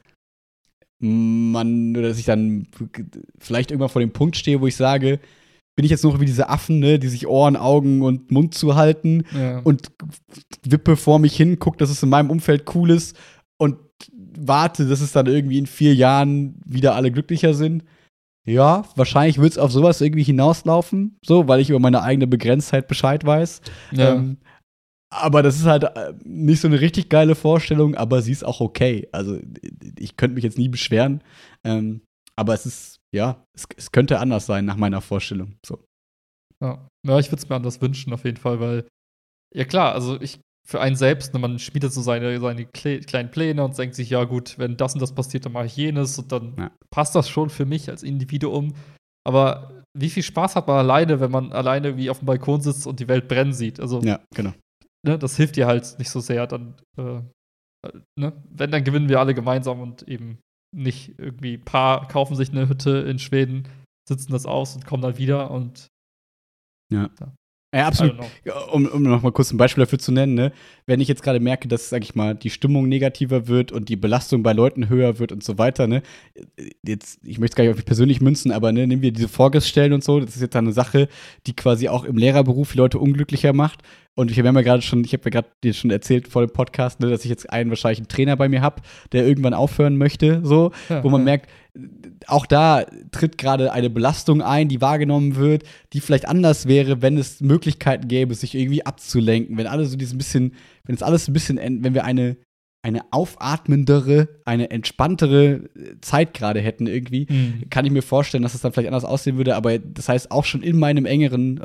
ich dann vielleicht irgendwann vor dem Punkt stehe, wo ich sage, bin ich jetzt noch wie diese Affen, ne, die sich Ohren, Augen und Mund zuhalten und wippe vor mich hin, gucke, dass es in meinem Umfeld cool ist und warte, dass es dann irgendwie in 4 Jahren wieder alle glücklicher sind. Ja, wahrscheinlich wird es auf sowas irgendwie hinauslaufen, so, weil ich über meine eigene Begrenztheit Bescheid weiß. Ja. Aber das ist halt nicht so eine richtig geile Vorstellung, aber sie ist auch okay. Also ich könnte mich jetzt nie beschweren, aber es ist, ja, es könnte anders sein nach meiner Vorstellung. So. Ja, ich würde es mir anders wünschen, auf jeden Fall, weil, ja klar, also für einen selbst, ne, man schmiedet so seine kleinen Pläne und denkt sich, ja gut, wenn das und das passiert, dann mache ich jenes, und dann passt das schon für mich als Individuum. Aber wie viel Spaß hat man alleine, wenn man alleine wie auf dem Balkon sitzt und die Welt brennen sieht? Also, ja, genau. Ne, das hilft dir halt nicht so sehr. Dann, ne, wenn, dann gewinnen wir alle gemeinsam und eben nicht irgendwie ein paar kaufen sich eine Hütte in Schweden, sitzen das aus und kommen dann wieder und ja, absolut. Um noch mal kurz ein Beispiel dafür zu nennen, ne? Wenn ich jetzt gerade merke, dass, sag ich mal, die Stimmung negativer wird und die Belastung bei Leuten höher wird und so weiter, ne? Jetzt, ich möchte es gar nicht auf mich persönlich münzen, aber ne, nehmen wir diese Vorgestellen und so, das ist jetzt eine Sache, die quasi auch im Lehrerberuf die Leute unglücklicher macht. Und ich habe mir gerade dir schon erzählt vor dem Podcast, ne, dass ich jetzt wahrscheinlich einen Trainer bei mir habe, der irgendwann aufhören möchte, so, wo man merkt, auch da tritt gerade eine Belastung ein, die wahrgenommen wird, die vielleicht anders wäre, wenn es Möglichkeiten gäbe, sich irgendwie abzulenken, wenn alles so wenn wir eine aufatmendere, eine entspanntere Zeit gerade hätten irgendwie, kann ich mir vorstellen, dass es dann vielleicht anders aussehen würde, aber das heißt auch schon in meinem engeren, also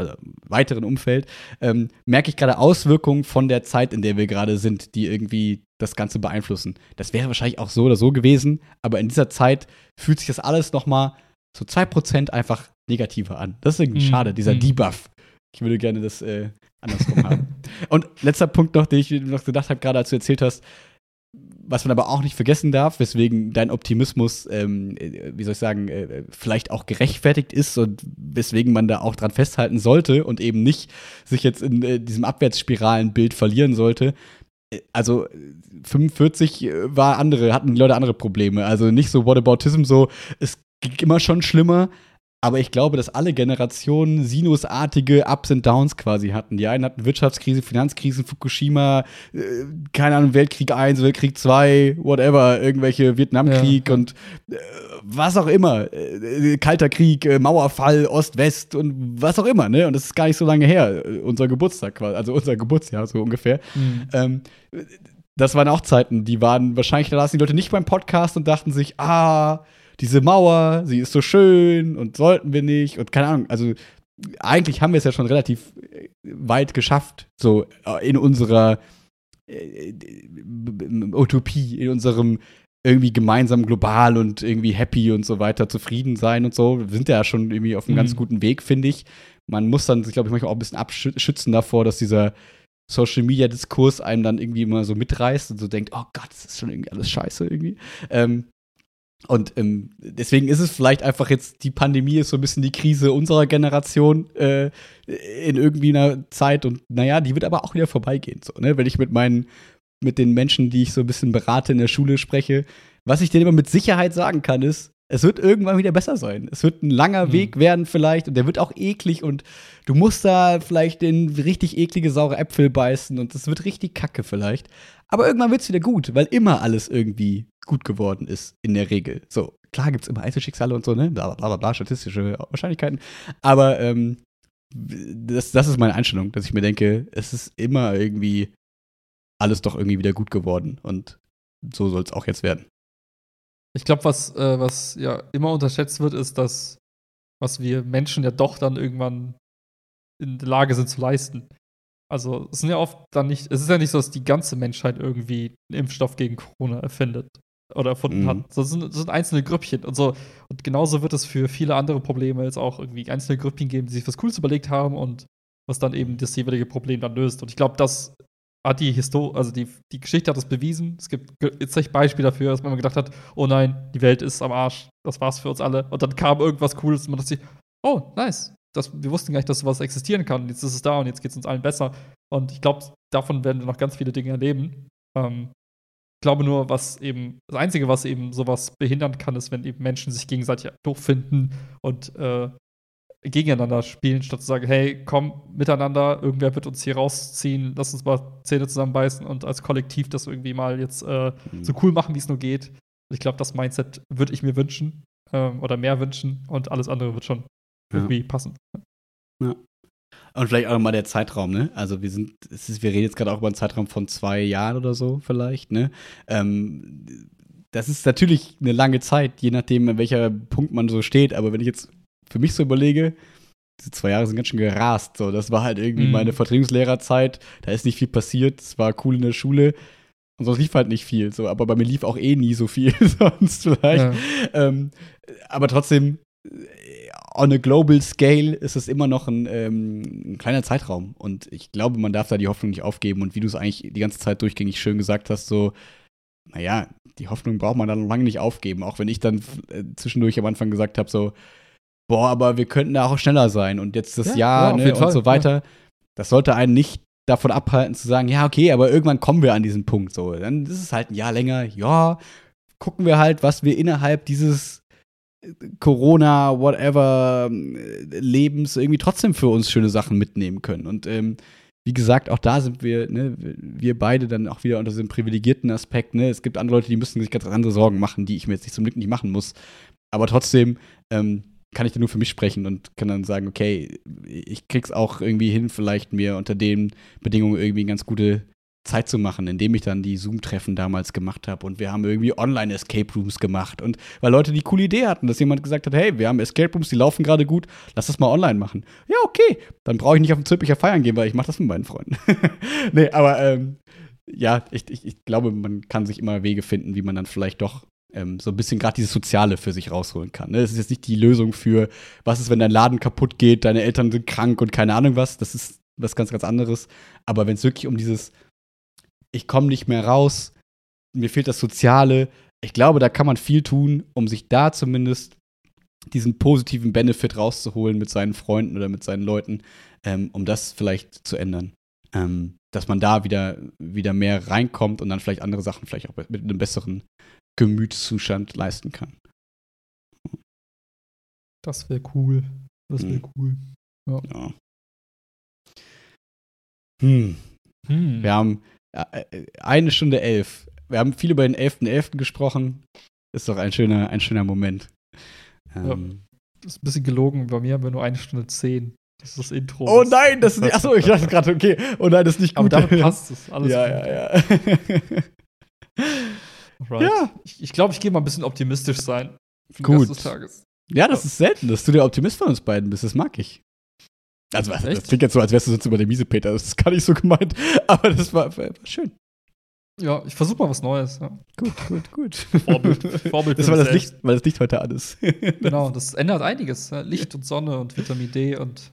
weiteren Umfeld, merke ich gerade Auswirkungen von der Zeit, in der wir gerade sind, die irgendwie das Ganze beeinflussen. Das wäre wahrscheinlich auch so oder so gewesen, aber in dieser Zeit fühlt sich das alles noch mal so 2% einfach negativer an. Das ist irgendwie schade, dieser Debuff. Ich würde gerne das andersrum haben. Und letzter Punkt noch, den ich noch gedacht habe, gerade als du erzählt hast, was man aber auch nicht vergessen darf, weswegen dein Optimismus, wie soll ich sagen, vielleicht auch gerechtfertigt ist und weswegen man da auch dran festhalten sollte und eben nicht sich jetzt in diesem Abwärtsspiralenbild verlieren sollte. Also 45 hatten die Leute andere Probleme. Also nicht so Whataboutism, so es ging immer schon schlimmer. Aber ich glaube, dass alle Generationen sinusartige Ups und Downs quasi hatten. Die einen hatten Wirtschaftskrise, Finanzkrisen, Fukushima, keine Ahnung, Weltkrieg 1, Weltkrieg 2, whatever, irgendwelche Vietnamkrieg und was auch immer. Kalter Krieg, Mauerfall, Ost-West und was auch immer, ne? Und das ist gar nicht so lange her, unser Geburtstag quasi, also unser Geburtsjahr so ungefähr. Das waren auch Zeiten, die waren wahrscheinlich, da saßen die Leute nicht beim Podcast und dachten sich, diese Mauer, sie ist so schön und sollten wir nicht und keine Ahnung, also eigentlich haben wir es ja schon relativ weit geschafft, so in unserer Utopie, in unserem irgendwie gemeinsam global und irgendwie happy und so weiter, zufrieden sein und so. Wir sind ja schon irgendwie auf einem ganz guten Weg, finde ich. Man muss dann, glaube ich, manchmal auch ein bisschen abschützen davor, dass dieser Social-Media-Diskurs einem dann irgendwie immer so mitreißt und so denkt, oh Gott, das ist schon irgendwie alles scheiße irgendwie. Und deswegen ist es vielleicht einfach jetzt, die Pandemie ist so ein bisschen die Krise unserer Generation in irgendwie einer Zeit und naja, die wird aber auch wieder vorbeigehen. So, ne? Wenn ich mit den Menschen, die ich so ein bisschen berate in der Schule spreche, was ich denen immer mit Sicherheit sagen kann, ist, es wird irgendwann wieder besser sein. Es wird ein langer Weg werden vielleicht und der wird auch eklig und du musst da vielleicht in richtig eklige, saure Äpfel beißen und es wird richtig kacke vielleicht. Aber irgendwann wird's wieder gut, weil immer alles irgendwie gut geworden ist, in der Regel. So, klar gibt's immer Einzelschicksale und so, ne? Bla, bla, bla, bla, statistische Wahrscheinlichkeiten. Aber das ist meine Einstellung, dass ich mir denke, es ist immer irgendwie alles doch irgendwie wieder gut geworden und so soll's auch jetzt werden. Ich glaube, was ja immer unterschätzt wird, ist das, was wir Menschen ja doch dann irgendwann in der Lage sind zu leisten. Also, es ist ja nicht so, dass die ganze Menschheit irgendwie einen Impfstoff gegen Corona erfindet oder erfunden hat. Das sind einzelne Grüppchen und so. Und genauso wird es für viele andere Probleme jetzt auch irgendwie einzelne Grüppchen geben, die sich was Cooles überlegt haben und was dann eben das jeweilige Problem dann löst. Und ich glaube, das hat die Geschichte hat das bewiesen. Es gibt jetzt echt Beispiele dafür, dass man gedacht hat, oh nein, die Welt ist am Arsch, das war's für uns alle. Und dann kam irgendwas Cooles und man dachte sich, oh, nice. Wir wussten gar nicht, dass sowas existieren kann. Jetzt ist es da und jetzt geht es uns allen besser. Und ich glaube, davon werden wir noch ganz viele Dinge erleben. Ich glaube nur, das Einzige, was eben sowas behindern kann, ist, wenn eben Menschen sich gegenseitig doof finden und gegeneinander spielen, statt zu sagen, hey, komm, miteinander, irgendwer wird uns hier rausziehen, lass uns mal Zähne zusammenbeißen und als Kollektiv das irgendwie mal jetzt so cool machen, wie es nur geht. Und ich glaube, das Mindset würde ich mir wünschen oder mehr wünschen und alles andere wird schon irgendwie passen. Ja. Und vielleicht auch mal der Zeitraum, ne? Also wir reden jetzt gerade auch über einen Zeitraum von 2 Jahren oder so vielleicht, ne? Das ist natürlich eine lange Zeit, je nachdem, an welcher Punkt man so steht. Aber wenn ich jetzt für mich so überlege, diese 2 Jahre sind ganz schön gerast. So, das war halt irgendwie meine Vertretungslehrerzeit. Da ist nicht viel passiert. Es war cool in der Schule. Und sonst lief halt nicht viel. So, aber bei mir lief auch nie so viel sonst vielleicht. Ja. Aber trotzdem, on a global scale ist es immer noch ein kleiner Zeitraum. Und ich glaube, man darf da die Hoffnung nicht aufgeben. Und wie du es eigentlich die ganze Zeit durchgängig schön gesagt hast, so, naja, die Hoffnung braucht man dann noch lange nicht aufgeben. Auch wenn ich dann zwischendurch am Anfang gesagt habe, so, boah, aber wir könnten da auch schneller sein. Und jetzt das Jahr, ne, und so weiter. Ja. Das sollte einen nicht davon abhalten, zu sagen, ja, okay, aber irgendwann kommen wir an diesen Punkt. So, dann ist es halt ein Jahr länger. Ja, gucken wir halt, was wir innerhalb dieses Corona, whatever, Lebens irgendwie trotzdem für uns schöne Sachen mitnehmen können. Und wie gesagt, auch da sind wir, ne, wir beide dann auch wieder unter diesem privilegierten Aspekt. Ne? Es gibt andere Leute, die müssen sich ganz andere Sorgen machen, die ich mir jetzt zum Glück nicht machen muss. Aber trotzdem kann ich da nur für mich sprechen und kann dann sagen, okay, ich krieg's auch irgendwie hin, vielleicht mir unter den Bedingungen irgendwie eine ganz gute Zeit zu machen, indem ich dann die Zoom-Treffen damals gemacht habe und wir haben irgendwie Online-Escape-Rooms gemacht und weil Leute die coole Idee hatten, dass jemand gesagt hat, hey, wir haben Escape-Rooms, die laufen gerade gut, lass das mal online machen. Ja, okay, dann brauche ich nicht auf den Zülpicher feiern gehen, weil ich mache das mit meinen Freunden. Nee, aber ja, ich glaube, man kann sich immer Wege finden, wie man dann vielleicht doch so ein bisschen gerade dieses Soziale für sich rausholen kann. Ne? Das ist jetzt nicht die Lösung für, was ist, wenn dein Laden kaputt geht, deine Eltern sind krank und keine Ahnung was. Das ist was ganz, ganz anderes. Aber wenn es wirklich um dieses, ich komme nicht mehr raus, mir fehlt das Soziale, ich glaube, da kann man viel tun, um sich da zumindest diesen positiven Benefit rauszuholen mit seinen Freunden oder mit seinen Leuten, um das vielleicht zu ändern. Dass man da wieder mehr reinkommt und dann vielleicht andere Sachen vielleicht auch mit einem besseren Gemütszustand leisten kann. Das wäre cool. Das wäre cool. Ja. Wir haben 1 Stunde 11. Wir haben viel über den 11.11. gesprochen. Ist doch ein schöner Moment. Das ist ein bisschen gelogen. Bei mir haben wir nur 1 Stunde 10. Das ist das Intro. Oh nein, das ist nicht. Achso, ich dachte gerade, okay. Oh nein, das ist nicht gut. Aber damit passt es. Alles ja. Right. Ja. Ich glaube, ich gehe mal ein bisschen optimistisch sein. Für gut. Den Rest des Tages. Ja, das ist selten, dass du der Optimist von uns beiden bist. Das mag ich. Also, das klingt jetzt so, als wärst du sonst immer der Miesepeter. Das ist gar nicht so gemeint. Aber das war schön. Ja, ich versuche mal was Neues. Ja. Gut. Vorbild das war das Licht, weil das Licht heute an ist. Genau, das ändert einiges. Ja. Licht und Sonne und Vitamin D und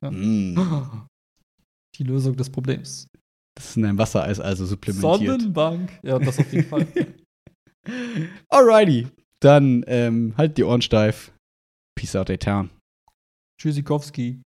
die Lösung des Problems. Das ist in einem Wassereis also supplementiert. Sonnenbank. Ja, das auf jeden Fall. Alrighty. Dann halt die Ohren steif. Peace out, Etern. Tschüssikowski.